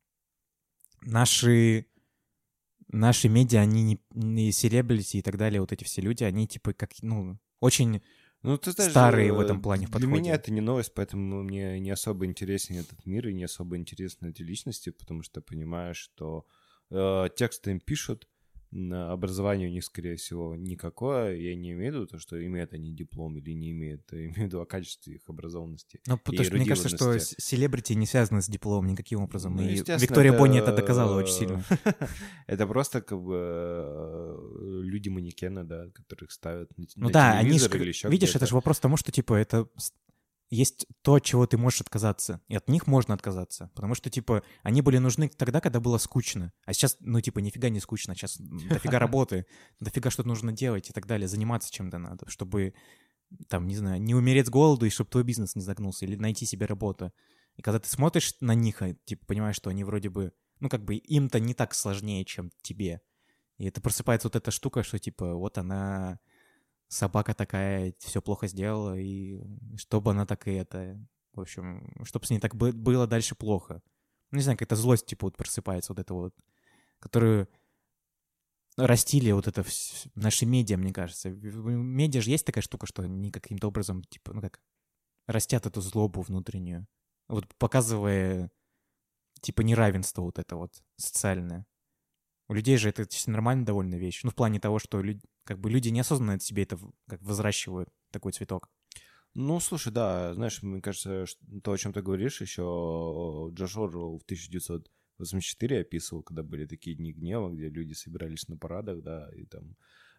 наши медиа, они не селебрити и так далее, вот эти все люди, они типа как, ну, очень ты знаешь, старые в этом плане в для подходе. меня это не новость, поэтому мне не особо интересен этот мир и не особо интересны эти личности, потому что понимаю, что тексты им пишут, образование у них, скорее всего, никакое. Я не имею в виду то, что имеют они диплом или не имеют, я имею в виду о качестве их образовности. Ну, потому что мне кажется, что селебрити не связаны с дипломом никаким образом. Ну, и Виктория Бонни это доказала очень сильно. Это просто как бы люди-манекены, да, которых ставят на ну да, телевизор или еще видишь, где-то. это же вопрос к тому, что типа это есть то, от чего ты можешь отказаться. И от них можно отказаться. Потому что, типа, они были нужны тогда, когда было скучно. А сейчас, ну, типа, нифига не скучно. Сейчас дофига работы, дофига что-то нужно делать и так далее. Заниматься чем-то надо, чтобы, там, не знаю, не умереть с голоду и чтобы твой бизнес не загнулся. Или найти себе работу. И когда ты смотришь на них, типа, понимаешь, что они вроде бы... Ну, как бы им-то не так сложнее, чем тебе. И это просыпается вот эта штука, что, типа, вот она... Собака такая все плохо сделала, и чтобы она так и это... В общем, чтобы с ней так было дальше плохо. Ну, не знаю, какая-то злость, типа, вот просыпается вот это вот, которую растили вот это наши медиа, мне кажется. В медиа же есть такая штука, что они каким-то образом, типа, ну как, растят эту злобу внутреннюю. Вот показывая, типа, неравенство вот это вот социальное. У людей же это нормальная довольно вещь. Ну, в плане того, что как бы люди неосознанно себе это как взращивают, такой цветок. Ну, слушай, да, знаешь, мне кажется, то, о чем ты говоришь, еще Джордж Оруэлл в 1984 описывал, когда были такие дни гнева, где люди собирались на парадах, да, и там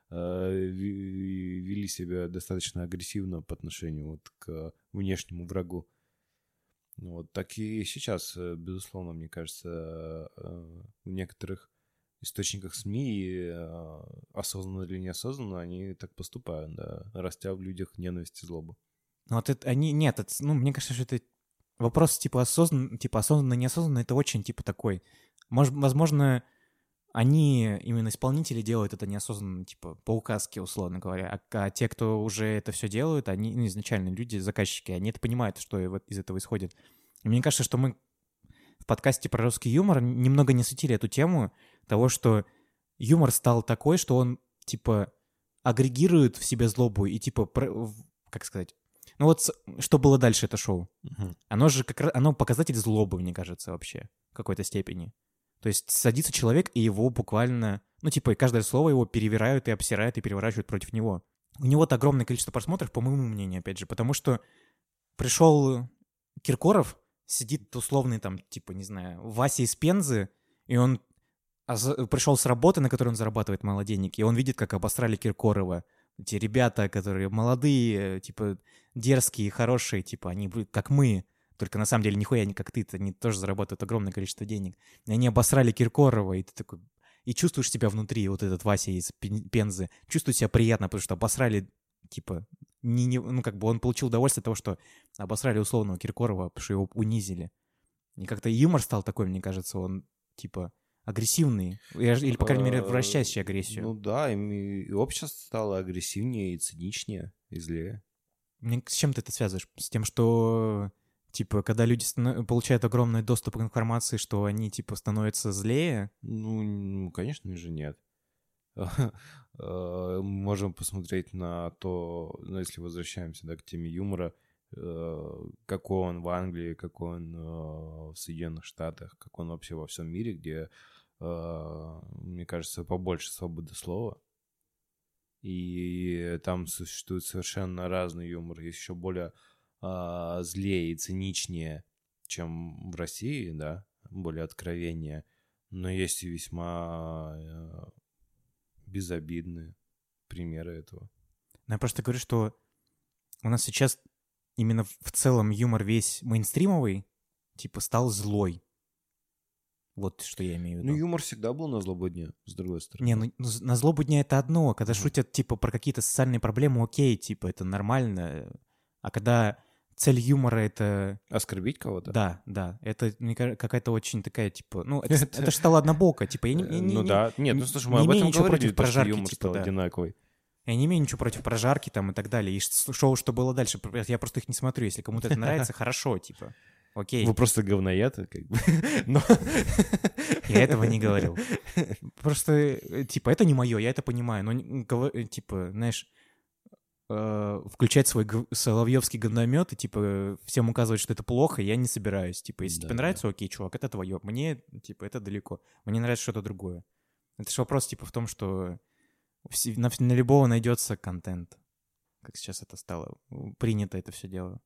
вели себя достаточно агрессивно по отношению вот к внешнему врагу. Вот, так и сейчас, безусловно, мне кажется, в некоторых источниках СМИ, осознанно или неосознанно, они так поступают, да, растя в людях ненависть и злобу. Ну, вот это, ну, мне кажется, что это вопрос, типа, осознанно, неосознанно, это очень, типа, такой, возможно, они, именно исполнители, делают это неосознанно, типа, по указке, условно говоря. А те, кто уже это все делают, они, ну, изначально люди, заказчики, они это понимают, что вот из этого исходит. И мне кажется, что мы в подкасте про русский юмор немного не светили эту тему того, что юмор стал такой, что он, типа, агрегирует в себе злобу и, типа, как сказать... Ну вот, что было дальше, это шоу? Оно же как раз, оно показатель злобы, мне кажется, вообще, в какой-то степени. То есть садится человек, и его буквально... Ну, типа, каждое слово его перевирают и обсирают, и переворачивают против него. У него-то огромное количество просмотров, по моему мнению, опять же, потому что пришел Киркоров, сидит условный там, типа, не знаю, Вася из Пензы, и он пришел с работы, на которой он зарабатывает мало денег, и он видит, как обосрали Киркорова. Эти ребята, которые молодые, типа, дерзкие, хорошие, типа, они как мы, только на самом деле нихуя не как ты, они тоже зарабатывают огромное количество денег. И они обосрали Киркорова, и ты такой... И чувствуешь себя внутри, вот этот Вася из Пензы, чувствует себя приятно, потому что обосрали, типа, ну, как бы он получил удовольствие от того, что обосрали условного Киркорова, потому что его унизили. И как-то юмор стал такой, мне кажется, он, типа, агрессивный. Или, по крайней мере, вращающий агрессию. Ну да, и общество стало агрессивнее и циничнее, и злее. С чем ты это связываешь? С тем, что, типа, когда люди получают огромный доступ к информации, что они, типа, становятся злее? Ну, конечно же, нет. Можем посмотреть на то, ну, если возвращаемся, да, к теме юмора, какой он в Англии, какой он в Соединенных Штатах, как он вообще во всем мире, где, мне кажется, побольше свободы слова. И там существует совершенно разный юмор. Есть еще более злее и циничнее, чем в России, да, более откровеннее. Но есть и весьма безобидные примеры этого. Но я просто говорю, что у нас сейчас именно в целом юмор весь мейнстримовый, типа, стал злой. Вот что я имею в виду. Ну, юмор всегда был на злобу дня, с другой стороны. Не, ну на злобу дня это одно. Когда шутят, типа, про какие-то социальные проблемы, окей, типа, это нормально. А когда цель юмора — это... Оскорбить кого-то? Да. Это, мне кажется, какая-то очень такая, типа... Ну, это же стало однобоко. Типа, я Ну да. Нет, ну слушай, мы не об имею этом ничего говорили, против то, что прожарки, юмор типа, стал да. одинаковый. Я не имею ничего против прожарки там и так далее. И шоу, что было дальше, я просто их не смотрю. Если кому-то это нравится, хорошо, типа. Окей. Вы просто говнояты, как бы. Но... Я этого не говорил. Просто, типа, это не мое, я это понимаю. Но, типа, знаешь, включать свой соловьевский говномет и, типа, всем указывать, что это плохо, я не собираюсь. Типа, если тебе нравится, окей, чувак, это твое. Мне, типа, это далеко. Мне нравится что-то другое. Это же вопрос, типа, в том, что на любого найдется контент. Как сейчас это стало принято, это все дело.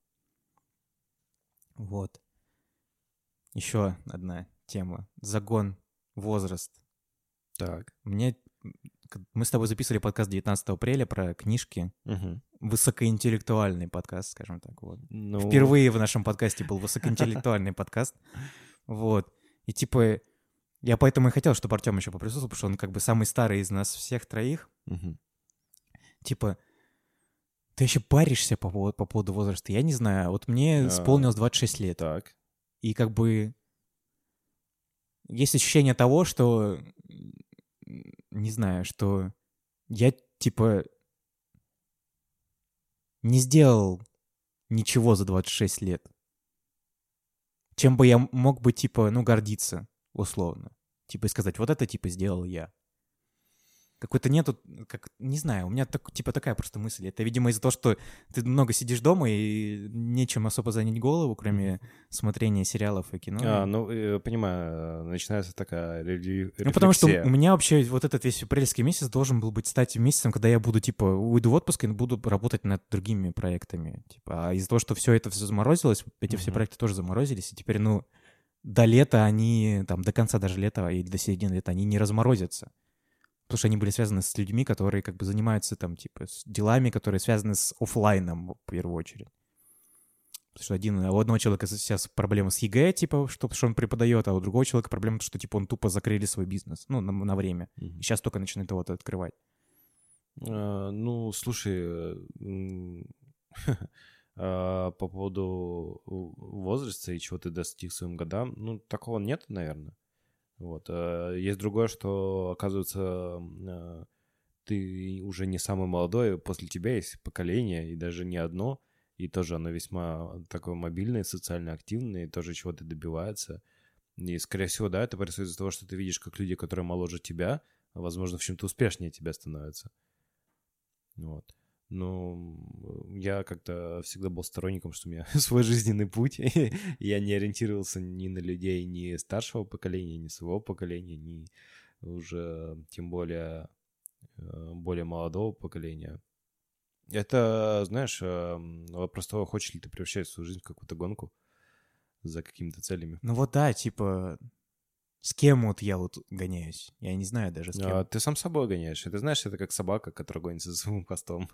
Вот. Еще одна тема. Загон, возраст. Так. Мы с тобой записывали подкаст 19 апреля про книжки. Угу. Высокоинтеллектуальный подкаст, скажем так. Вот. Ну... Впервые в нашем подкасте был высокоинтеллектуальный подкаст. Вот. И типа, я поэтому и хотел, чтобы Артем еще поприсутствовал, потому что он как бы самый старый из нас всех троих. Угу. Типа, ты еще паришься по поводу возраста? Я не знаю. Вот мне исполнилось 26 лет. Так. И как бы есть ощущение того, что, не знаю, что я, типа, не сделал ничего за 26 лет. Чем бы я мог бы, типа, ну, гордиться, условно. Типа, и сказать, вот это, типа, сделал я. Какой-то нету, как, не знаю, у меня типа такая просто мысль. Это, видимо, из-за того, что ты много сидишь дома и нечем особо занять голову, кроме смотрения сериалов и кино. Понимаю, начинается такая рефлексия. Ну, потому что у меня вообще вот этот весь апрельский месяц должен был быть стать месяцем, когда я буду, типа, уйду в отпуск и буду работать над другими проектами. Типа, а из-за того, что все это все заморозилось, эти все проекты тоже заморозились, и теперь, ну, до лета они, там, до конца даже лета или до середины лета они не разморозятся. Потому что они были связаны с людьми, которые как бы занимаются там, типа, с делами, которые связаны с офлайном в первую очередь. Потому что у одного человека сейчас проблема с ЕГЭ, типа, что он преподает, а у другого человека проблема, что, типа, он тупо закрыли свой бизнес, ну, на время. И сейчас только начинает его открывать. Ну, слушай, по поводу возраста и чего ты достиг своим годам, ну, такого нет, наверное. Вот. Есть другое, что, оказывается, ты уже не самый молодой, после тебя есть поколение, и даже не одно, и тоже оно весьма такое мобильное, социально активное, и тоже чего-то добивается. И, скорее всего, да, это происходит из-за того, что ты видишь, как люди, которые моложе тебя, возможно, в чем-то успешнее тебя становятся. Вот. Ну, я как-то всегда был сторонником, что у меня свой жизненный путь, и я не ориентировался ни на людей ни старшего поколения, ни своего поколения, ни уже, тем более, более молодого поколения. Это, знаешь, вопрос того, хочешь ли ты превращать свою жизнь в какую-то гонку за какими-то целями. Ну вот да, типа, с кем вот я вот гоняюсь? Я не знаю даже с кем. Ты сам собой гоняешь. Это, знаешь, это как собака, которая гонится за своим хвостом.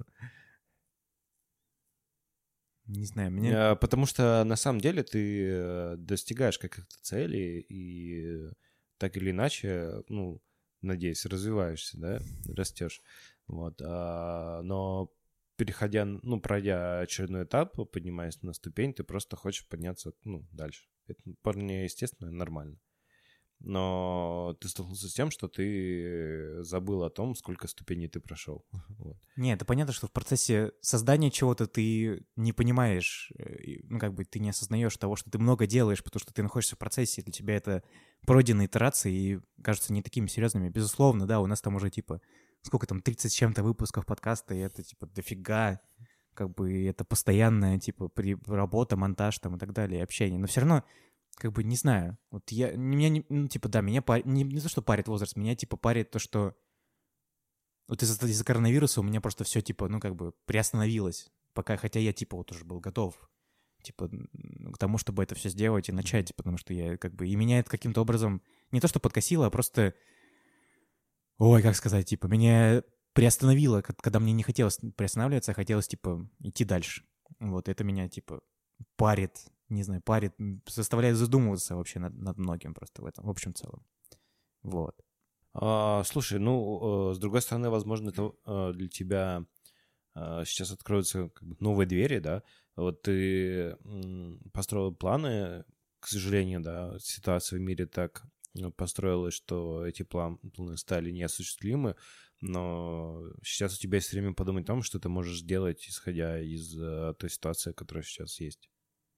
Не знаю, мне... Потому что на самом деле ты достигаешь каких-то целей и так или иначе, ну, надеюсь, развиваешься, да, растешь. Вот. Но переходя, ну, пройдя очередной этап, поднимаясь на ступень, ты просто хочешь подняться, ну, дальше. Это вполне естественно и нормально. Но ты столкнулся с тем, что ты забыл о том, сколько ступеней ты прошел. Вот. Не, это понятно, что в процессе создания чего-то ты не понимаешь, ну, как бы ты не осознаешь того, что ты много делаешь, потому что ты находишься в процессе, для тебя это пройденные итерации и кажутся не такими серьезными. Безусловно, да, у нас там уже, типа, сколько там, 30 с чем-то выпусков подкаста, и это, типа, дофига, как бы это постоянная, типа, работа, монтаж там и так далее, и общение. Но все равно, как бы, не знаю, вот меня, ну, типа, да, меня не то, что парит возраст, меня, типа, парит то, что вот из-за коронавируса у меня просто все, типа, ну, как бы приостановилось. Пока, хотя я, типа, вот уже был готов, типа, к тому, чтобы это все сделать и начать, потому что я, как бы, и меня это каким-то образом не то, что подкосило, а просто, ой, как сказать, типа, меня приостановило, когда мне не хотелось приостанавливаться, а хотелось, типа, идти дальше. Вот, это меня, типа, парит, не знаю, парит, заставляет задумываться вообще над многим просто в этом, в общем целом. Вот. Слушай, ну, с другой стороны, возможно, это для тебя сейчас откроются как бы новые двери, да? Вот ты построил планы, к сожалению, да, ситуация в мире так построилась, что эти планы стали неосуществимы, но сейчас у тебя есть время подумать о том, что ты можешь делать, исходя из той ситуации, которая сейчас есть.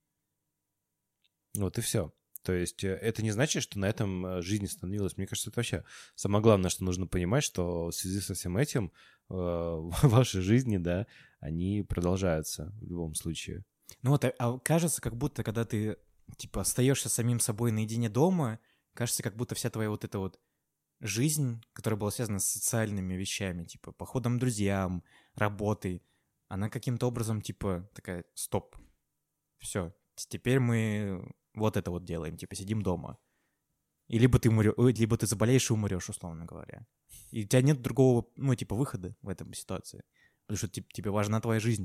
Вот и все. То есть это не значит, что на этом жизнь остановилась. Мне кажется, это вообще самое главное, что нужно понимать, что в связи со всем этим ваши жизни, да, они продолжаются в любом случае. Ну вот, кажется, как будто, когда ты, типа, остаешься самим собой наедине дома, кажется, как будто вся твоя вот эта вот жизнь, которая была связана с социальными вещами, типа, походом к друзьям, работой, она каким-то образом, типа, такая, стоп, все, теперь мы вот это вот делаем, типа, сидим дома. И либо ты заболеешь и умрешь, условно говоря. И у тебя нет другого, ну, типа, выхода в этой ситуации. Потому что тебе важна твоя жизнь.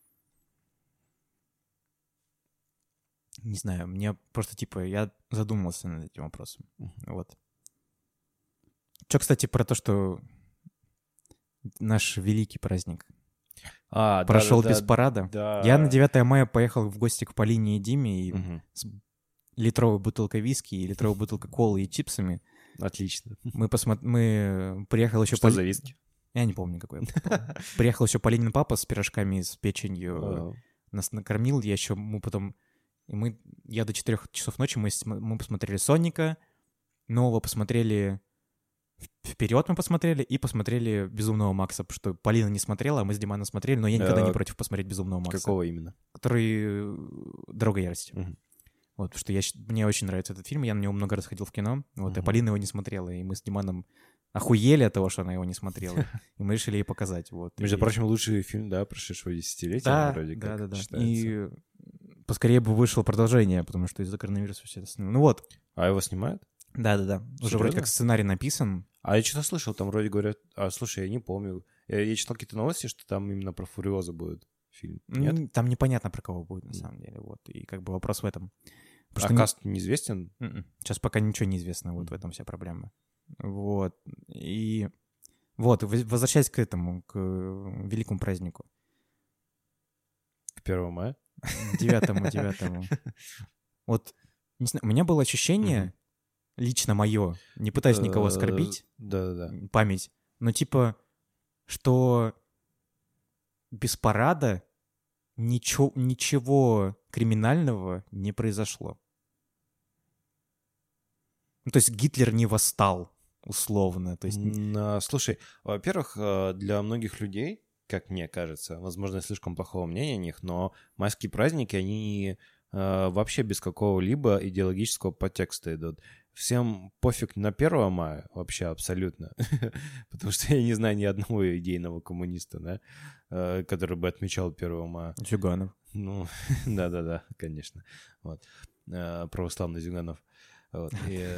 Не знаю, мне просто, типа, я задумался над этим вопросом. Вот. Что, кстати, про то, что наш великий праздник прошел без парада. Да. Я на 9 мая поехал в гости к Полине и Диме и с литровой бутылкой виски и литровой бутылкой колы и чипсами. Отлично. Мы приехал еще... Что за виски? Я не помню, какой. Приехал еще Полинин папа с пирожками, с печенью. Нас накормил. Я до 4 часов ночи мы посмотрели Соника, нового посмотрели... Вперед мы посмотрели и посмотрели «Безумного Макса», потому что Полина не смотрела, а мы с Диманом смотрели, но я никогда не против посмотреть «Безумного Макса». Какого именно? Который «Дорога ярости». Вот, потому что мне очень нравится этот фильм, я на него много раз ходил в кино, вот, а Полина его не смотрела, и мы с Диманом охуели от того, что она его не смотрела, и мы решили ей показать, вот. Между прочим, лучший фильм, да, прошедшего десятилетия, вроде как считается. И поскорее бы вышло продолжение, потому что из-за коронавируса все это... Ну вот. А его снимают? Да-да-да, уже вроде как сценарий написан. А я что-то слышал, там вроде говорят... слушай, я не помню. Я читал какие-то новости, что там именно про Фуриоза будет фильм. Нет? Там непонятно, про кого будет, на самом деле, вот. И как бы вопрос в этом. Каст неизвестен? Сейчас пока ничего не известно, вот в этом вся проблема. Вот. И вот, возвращаясь к этому, к великому празднику. К 1 мая? 9. Вот, не знаю, у меня было ощущение, лично мое, не пытаюсь никого оскорбить, Да-да-да. память, но типа, что без парада ничего криминального не произошло. Ну, то есть Гитлер не восстал, условно. То есть... Слушай, во-первых, для многих людей, как мне кажется, возможно, я слишком плохого мнения о них, но майские праздники, они вообще без какого-либо идеологического подтекста идут. Всем пофиг на 1 мая, вообще абсолютно. Потому что я не знаю ни одного идейного коммуниста, да, который бы отмечал 1 мая. Зюганов. Ну, да-да-да, конечно. Вот. Православный Зюганов. Вот.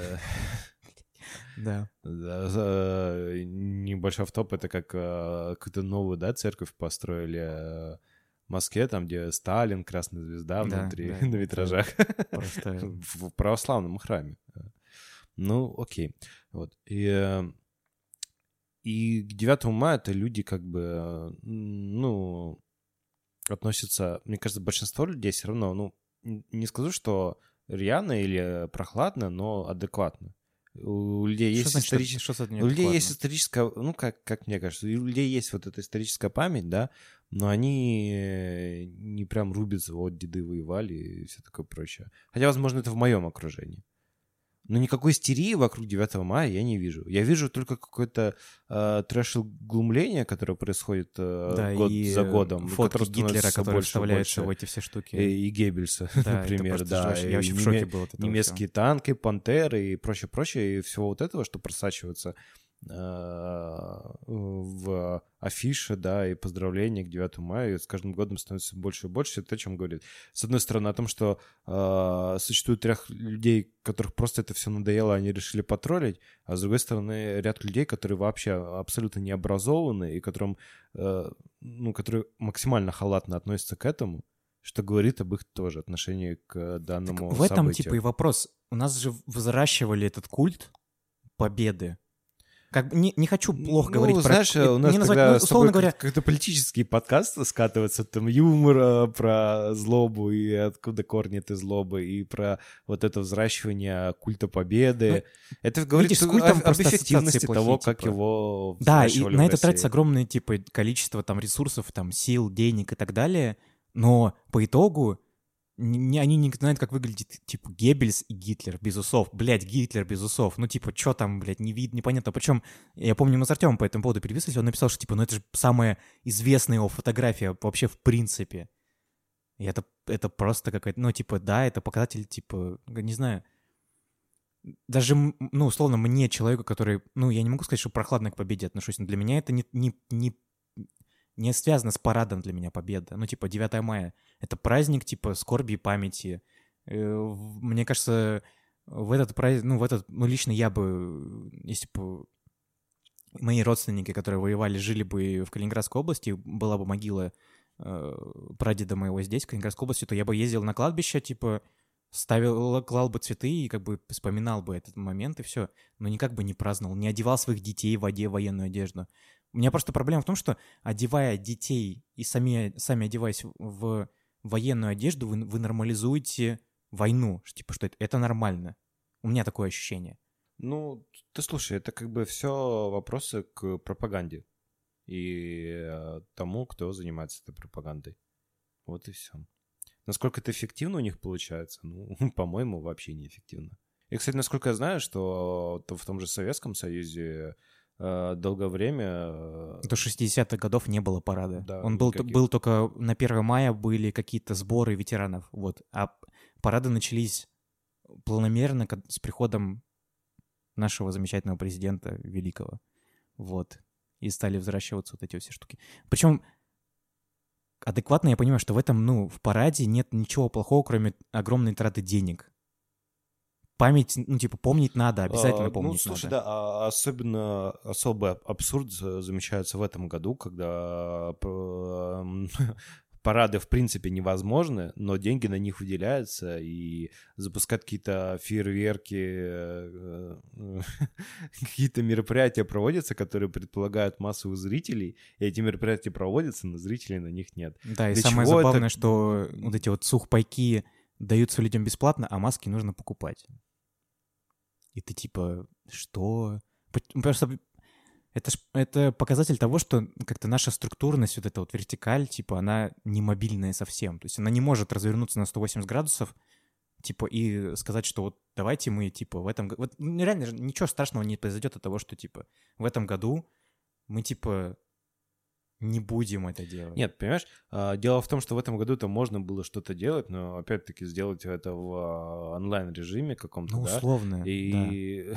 Да. Небольшой автоп, это как какую-то новую, да, церковь построили в Москве, там, где Сталин, Красная Звезда внутри, на витражах. Просто... В православном храме. Ну, окей. Вот. И к 9 мая это люди как бы, ну, относятся, мне кажется, большинство людей все равно, ну, не скажу, что рьяно или прохладно, но адекватно. У людей есть историческая, ну, как мне кажется, у людей есть вот эта историческая память, да, но они не прям рубятся, вот деды воевали и все такое прочее. Хотя, возможно, это в моем окружении. Но никакой истерии вокруг 9 мая я не вижу. Я вижу только какое-то трэш-глумление, которое происходит год за годом. Фотки Гитлера, которые вставляются в эти все штуки. И Геббельса, да, например. Да, я вообще в шоке был от этого. Немецкие танки, пантеры и прочее, и всего вот этого, что просачивается в афише, да, и поздравления к 9 мая, и с каждым годом становится больше и больше. Это о чем говорит. С одной стороны, о том, что существует ряд людей, которых просто это все надоело, они решили потроллить, а с другой стороны, ряд людей, которые вообще абсолютно не образованы и которым, которые максимально халатно относятся к этому, что говорит об их тоже отношении к данному событию. В этом, типа, и вопрос. У нас же взращивали этот культ победы. Как бы не хочу плохо говорить знаешь, про... у нас не тогда назвать, условно говоря... как-то политический подкаст скатывается, там юмор про злобу и откуда корни этой злобы, и про вот это взращивание культа победы. Это говорит об эффективности того, как его взращивали. Да, и на это тратится огромное типа количество там ресурсов, там сил, денег и так далее, но по итогу они не знают, как выглядит, типа, Геббельс и Гитлер без усов. Блядь, Гитлер без усов. Ну, типа, что там, блядь, не видно, непонятно. Причем, я помню, мы с Артемом по этому поводу переписывались, он написал, что, типа, ну, это же самая известная его фотография вообще в принципе. И это просто какая-то, ну, типа, да, это показатель, типа, не знаю. Даже, ну, условно, мне, человеку, который, ну, я не могу сказать, что прохладно к победе отношусь, но для меня это не связано с парадом для меня победа. Ну, типа, 9 мая — это праздник, типа, скорби и памяти. Мне кажется, в этот праздник, лично я бы, если бы мои родственники, которые воевали, жили бы в Калининградской области, была бы могила прадеда моего здесь, в Калининградской области, то я бы ездил на кладбище, типа, клал бы цветы и как бы вспоминал бы этот момент, и все. Но никак бы не праздновал, не одевал своих детей в военную одежду. У меня просто проблема в том, что, одевая детей и сами одеваясь в военную одежду, вы нормализуете войну. Типа, что это нормально. У меня такое ощущение. Ну, ты слушай, это как бы все вопросы к пропаганде и тому, кто занимается этой пропагандой. Вот и все. Насколько это эффективно у них получается? Ну, по-моему, вообще неэффективно. И, кстати, насколько я знаю, что в том же Советском Союзе долгое время... До 60-х годов не было парада. Да, он был только на 1 мая были какие-то сборы ветеранов, вот. А парады начались планомерно с приходом нашего замечательного президента великого, вот. И стали взращиваться вот эти все штуки. Причем адекватно я понимаю, что в этом, в параде нет ничего плохого, кроме огромной траты денег. Память, помнить надо, обязательно помнить надо. Ну, слушай, да, особенно особый абсурд замечается в этом году, когда парады в принципе невозможны, но деньги на них выделяются, и запускать какие-то фейерверки, какие-то мероприятия проводятся, которые предполагают массовых зрителей, и эти мероприятия проводятся, но зрителей на них нет. Да, и самое забавное, что вот эти вот сухпайки даются людям бесплатно, а маски нужно покупать. И ты типа, что? Просто это показатель того, что как-то наша структурность, вот эта вот вертикаль, типа, она не мобильная совсем. То есть она не может развернуться на 180 градусов, типа, и сказать, что вот давайте мы, типа, в этом... Вот реально же ничего страшного не произойдет от того, что, типа, в этом году мы, типа, не будем это делать. Нет, понимаешь, дело в том, что в этом году-то можно было что-то делать, но, опять-таки, сделать это в онлайн-режиме каком-то, Ну, да? условно, И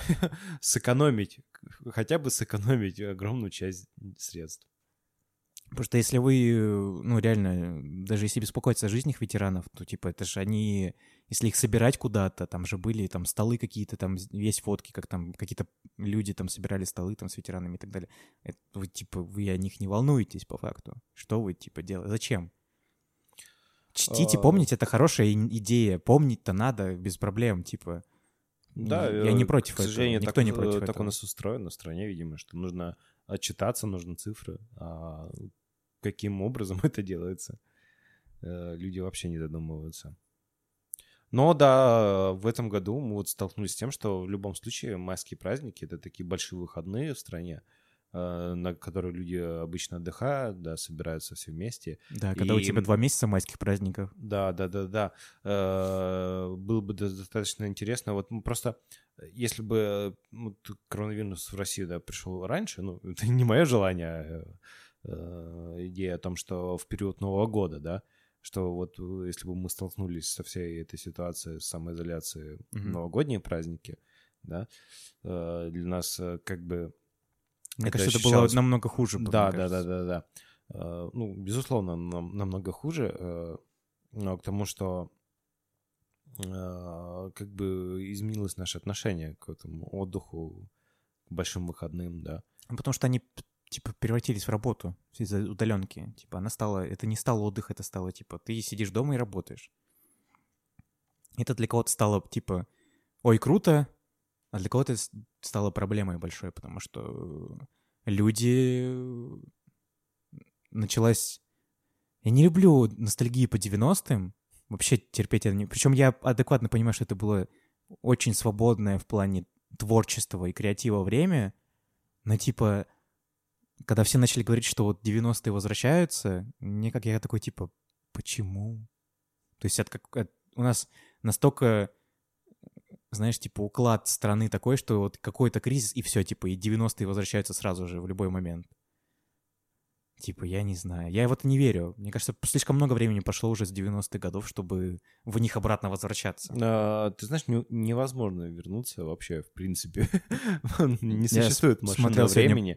хотя бы сэкономить огромную часть средств. Потому что если вы, ну, реально, даже если беспокоиться о жизнях ветеранов, то, типа, это же они, если их собирать куда-то, там же были там столы какие-то, там есть фотки, как там какие-то люди там собирали столы там с ветеранами и так далее. Это вы, типа, вы о них не волнуетесь по факту. Что вы, типа, делаете? Зачем? Чтите, помните, это хорошая идея. Помнить-то надо без проблем, типа. Да, я не против этого. К сожалению, Никто не против так этого. у нас устроено в стране, видимо, что нужно отчитаться, нужны цифры. А каким образом это делается, люди вообще не задумываются. Но да, в этом году мы вот столкнулись с тем, что в любом случае майские праздники — это такие большие выходные в стране, на которые люди обычно отдыхают, да, собираются все вместе. Да, когда у тебя 2 месяца майских праздников. Да. Было бы достаточно интересно. Вот просто, если бы коронавирус в Россию, да, пришел раньше, ну, это не мое желание, идея о том, что в период Нового года, да, что вот если бы мы столкнулись со всей этой ситуацией самоизоляции в новогодние праздники, да, для нас как бы... Мне кажется, это было намного хуже. Да. Ну, безусловно, намного хуже, но к тому, что как бы изменилось наше отношение к этому отдыху, к большим выходным, да. Потому что они, типа, превратились в работу из-за удаленки. Типа, это не стало отдых, это стало, типа, ты сидишь дома и работаешь. Это для кого-то стало, типа, ой, круто, а для кого-то стало проблемой большой, потому что люди... Началась... Я не люблю ностальгию по 90-м, вообще терпеть это не... Причем я адекватно понимаю, что это было очень свободное в плане творчества и креатива время, но, типа, когда все начали говорить, что вот 90-е возвращаются, я такой, типа, почему? То есть у нас настолько, знаешь, типа, уклад страны такой, что вот какой-то кризис, и все, типа, и 90-е возвращаются сразу же, в любой момент. Типа, я не знаю. Я в это не верю. Мне кажется, слишком много времени прошло уже с 90-х годов, чтобы в них обратно возвращаться. Ты знаешь, невозможно вернуться вообще, в принципе. Не существует машинного времени.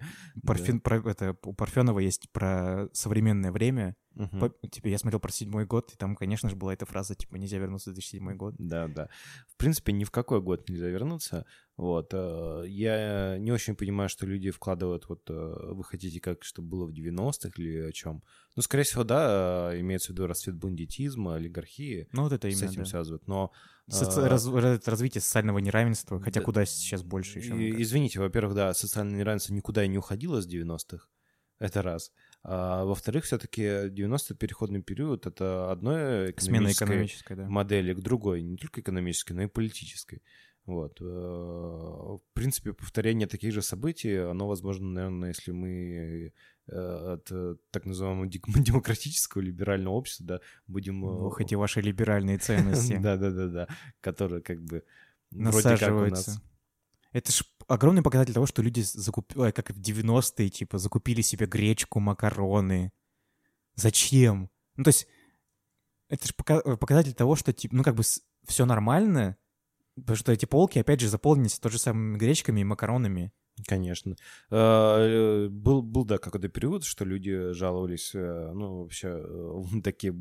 У Парфенова есть про современное время. Типа, я смотрел про 7-й год, и там, конечно же, была эта фраза, типа, нельзя вернуться в 2007 год. Да. В принципе, ни в какой год нельзя вернуться. Вот. Я не очень понимаю, что люди вкладывают, вот, вы хотите, как, чтобы было в 90-х или о чем. Ну, скорее всего, да, имеется в виду расцвет бандитизма, олигархии. Ну, вот это именно, с этим связывают, но... Развитие социального неравенства, хотя куда сейчас больше еще. Извините, во-первых, да, социальное неравенство никуда и не уходило с 90-х, это раз. А во-вторых, все-таки 90-й переходный период — это одной экономической модели к другой, не только экономической, но и политической. Вот. В принципе, повторение таких же событий, оно возможно, наверное, если мы от так называемого демократического либерального общества, да, будем... Ох, эти ваши либеральные ценности. Да, которые как бы насаживаются. Вроде как у нас... Это ж огромный показатель того, что люди как в 90-е, типа, закупили себе гречку, макароны. Зачем? Ну, то есть, это же показатель того, что, типа, ну, как бы все нормально, потому что эти полки, опять же, заполнились той же самыми гречками и макаронами. Конечно. Был, да, какой-то период, что люди жаловались, ну, вообще, такие...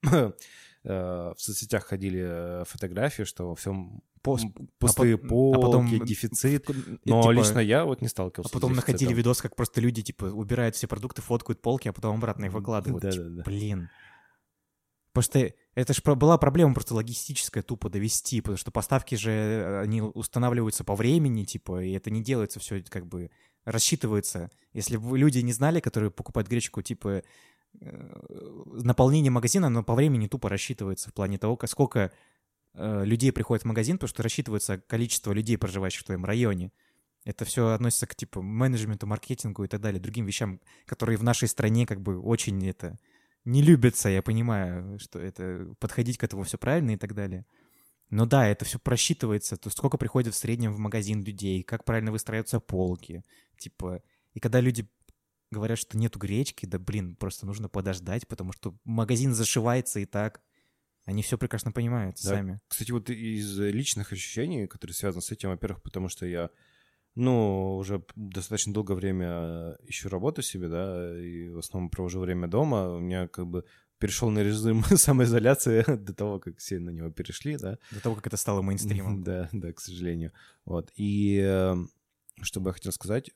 В соцсетях ходили фотографии, что во всем пустые полки, дефицит. Но типа, лично я вот не сталкивался с дефицитом. А потом находили видос, как просто люди, типа, убирают все продукты, фоткают полки, а потом обратно их выкладывают. Да. Блин. Потому что это же была проблема просто логистическая, тупо довести, потому что поставки же, они устанавливаются по времени, типа, и это не делается все, как бы, рассчитывается. Если бы люди не знали, которые покупают гречку, типа, наполнение магазина, оно по времени тупо рассчитывается в плане того, сколько людей приходит в магазин, потому что рассчитывается количество людей, проживающих в твоем районе. Это все относится к, типа, менеджменту, маркетингу и так далее, другим вещам, которые в нашей стране как бы очень это не любятся. Я понимаю, что это подходить к этому все правильно и так далее. Но да, это все просчитывается. То есть сколько приходит в среднем в магазин людей, как правильно выстраиваются полки. Типа, и когда люди говорят, что нету гречки, да блин, просто нужно подождать, потому что магазин зашивается и так. Они все прекрасно понимают Да. сами. Кстати, вот из личных ощущений, которые связаны с этим, во-первых, потому что я, ну, уже достаточно долгое время ищу работу себе, да, и в основном провожу время дома. У меня как бы перешел на режим самоизоляции до того, как все на него перешли, да. До того, как это стало мейнстримом. Да, да, к сожалению. Вот. И что бы я хотел сказать,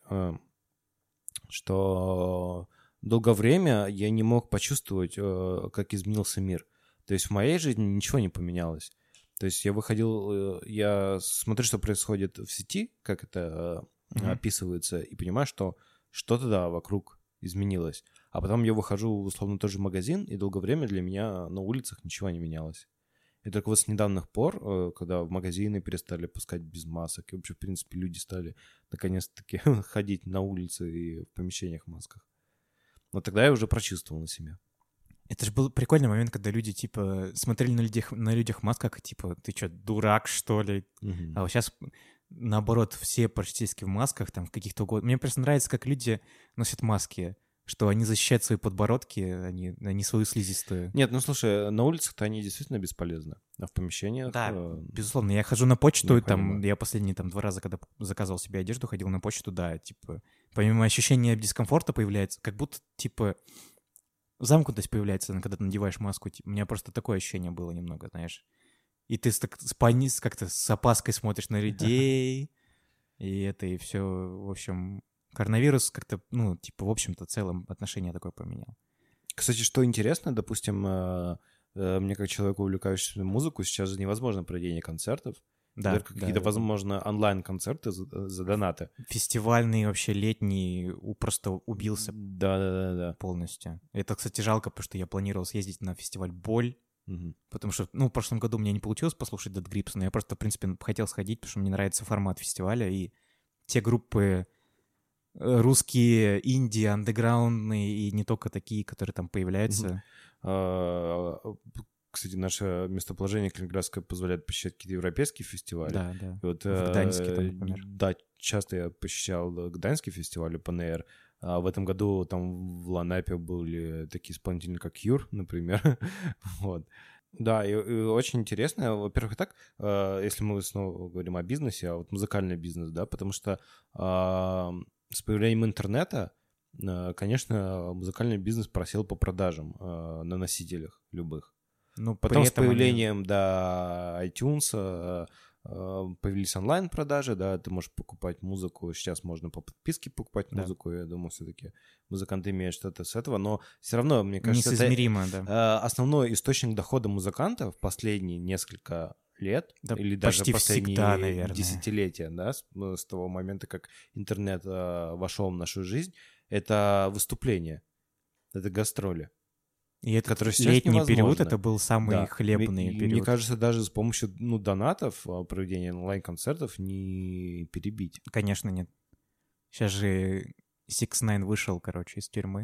что долгое время я не мог почувствовать, как изменился мир. То есть в моей жизни ничего не поменялось. То есть я выходил, я смотрю, что происходит в сети, как это описывается, и понимаю, что что-то, да, вокруг изменилось. А потом я выхожу в условно тот же магазин, и долгое время для меня на улицах ничего не менялось. И только вот с недавних пор, когда в магазины перестали пускать без масок, и вообще, в принципе, люди стали наконец-таки ходить на улице и в помещениях в масках. Но тогда я уже прочувствовал на себе. Это же был прикольный момент, когда люди, типа, смотрели на людях в масках, типа, ты что, дурак, что ли? А вот сейчас, наоборот, все практически в масках, там, в каких-то угодно. Мне просто нравится, как люди носят маски, что они защищают свои подбородки, они свою слизистую. Нет, ну, слушай, на улицах-то они действительно бесполезны, а в помещениях... Да, безусловно. Я хожу на почту, и там, необходимо. я последние там 2 раза, когда заказывал себе одежду, ходил на почту, да, типа, помимо ощущения дискомфорта появляется, как будто, типа... Замкнутость появляется, когда ты надеваешь маску. У меня просто такое ощущение было немного, знаешь. И ты как-то с опаской смотришь на людей, и это, и все, в общем... Коронавирус как-то, ну, типа, в общем-то, в целом отношение такое поменял. Кстати, что интересно, допустим, мне как человеку, увлекающемуся музыку, сейчас же невозможно проведение концертов. Да, какие-то, возможно, онлайн-концерты за донаты. Фестивальный, вообще летний, просто убился Да. полностью. Это, кстати, жалко, потому что я планировал съездить на фестиваль «Боль», потому что, ну, в прошлом году у меня не получилось послушать Dead Grips, но я просто, в принципе, хотел сходить, потому что мне нравится формат фестиваля, и те группы русские, инди, андеграундные, и не только такие, которые там появляются. Кстати, наше местоположение калининградское позволяет посещать какие-то европейские фестивали. Да. И вот, в Гданьске там, например. Да, часто я посещал Гданьский фестиваль Open Air. А в этом году там в Ланапе были такие исполнители, как Юр, например. Вот. Да, и очень интересно. Во-первых, так, если мы снова говорим о бизнесе, а вот музыкальный бизнес, да, потому что с появлением интернета, конечно, музыкальный бизнес просел по продажам на носителях любых. Ну, потом с появлением, iTunes появились онлайн-продажи, да, ты можешь покупать музыку, сейчас можно по подписке покупать музыку, я думаю, все-таки музыканты имеют что-то с этого, но все равно, мне кажется, несоизмеримо, это основной источник дохода музыкантов последние несколько лет, да, или даже последние всегда, наверное, десятилетия, да, с того момента, как интернет вошел в нашу жизнь, это выступления, это гастроли. И этот летний период, это был самый хлебный период. Мне кажется, даже с помощью донатов проведения онлайн-концертов не перебить. Конечно, нет. Сейчас же 6ix9ine вышел, короче, из тюрьмы.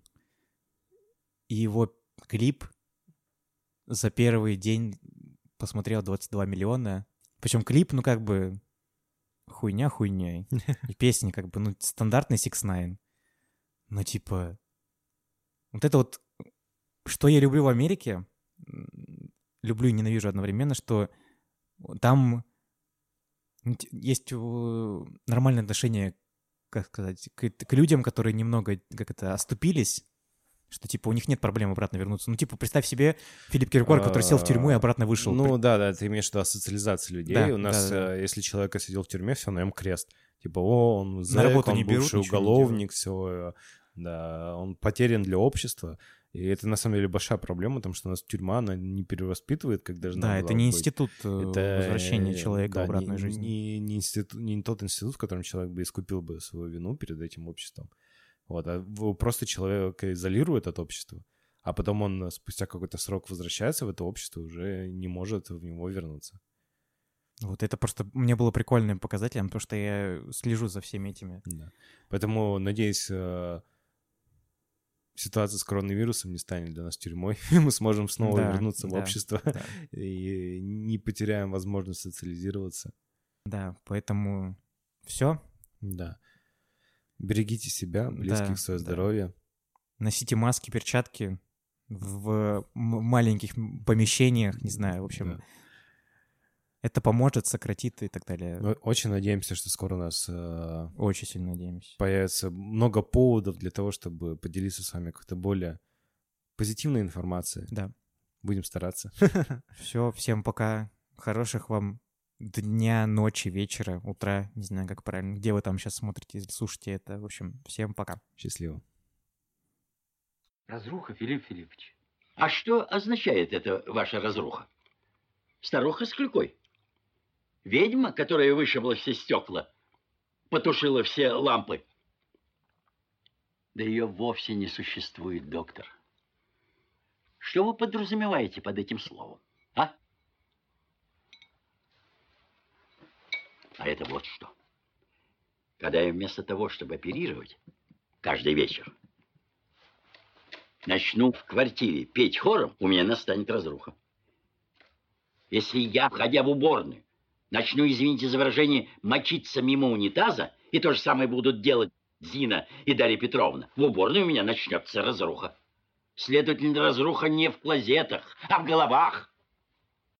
И его клип за первый день посмотрел 22 миллиона. Причем клип, ну, как бы, хуйня хуйней. И песни, как бы, ну, стандартный 6ix9ine. Но, типа, вот это вот, что я люблю в Америке, люблю и ненавижу одновременно, что там есть нормальное отношение, как сказать, к людям, которые немного, оступились, что, типа, у них нет проблем обратно вернуться. Ну, типа, представь себе Филипп Киркоров, который сел в тюрьму и обратно вышел. Ну, да, ты имеешь в виду социализацию людей. Да, у нас, если человек сидел в тюрьме, все, на нем крест. Типа, он зэк, на работу он не берут, бывший уголовник, все, да, он потерян для общества. И это, на самом деле, большая проблема, потому что у нас тюрьма, она не перевоспитывает, как должна была быть. Да, это не институт возвращения человека в обратную жизнь. Не тот институт, в котором человек бы искупил бы свою вину перед этим обществом. Вот, а просто человека изолирует от общества. а потом он спустя какой-то срок возвращается в это общество, уже не может в него вернуться. Вот это просто мне было прикольным показателем, потому что я слежу за всеми этими. Да. Поэтому, надеюсь, ситуация с коронавирусом не станет для нас тюрьмой. Мы сможем снова вернуться в общество и не потеряем возможность социализироваться. Да, поэтому все. Да. Берегите себя, близких, свое здоровье. Носите маски, перчатки в маленьких помещениях, не знаю, в общем... Да. Это поможет, сократит и так далее. Мы очень надеемся, что скоро у нас очень сильно надеемся. Появится много поводов для того, чтобы поделиться с вами какой-то более позитивной информацией. Да. Будем стараться. Все, всем пока. Хороших вам дня, ночи, вечера, утра. Не знаю, как правильно. Где вы там сейчас смотрите или слушаете это. В общем, всем пока. Счастливо. Разруха, Филипп Филиппович. А что означает эта ваша разруха? Старуха с клюкой? Ведьма, которая вышибла все стекла, потушила все лампы. Да ее вовсе не существует, доктор. Что вы подразумеваете под этим словом, а? А это вот что. Когда я вместо того, чтобы оперировать каждый вечер, начну в квартире петь хором, у меня настанет разруха. Если я, входя в уборную, начну, извините за выражение, мочиться мимо унитаза, и то же самое будут делать Зина и Дарья Петровна, в уборной у меня начнется разруха. Следовательно, разруха не в клозетах, а в головах.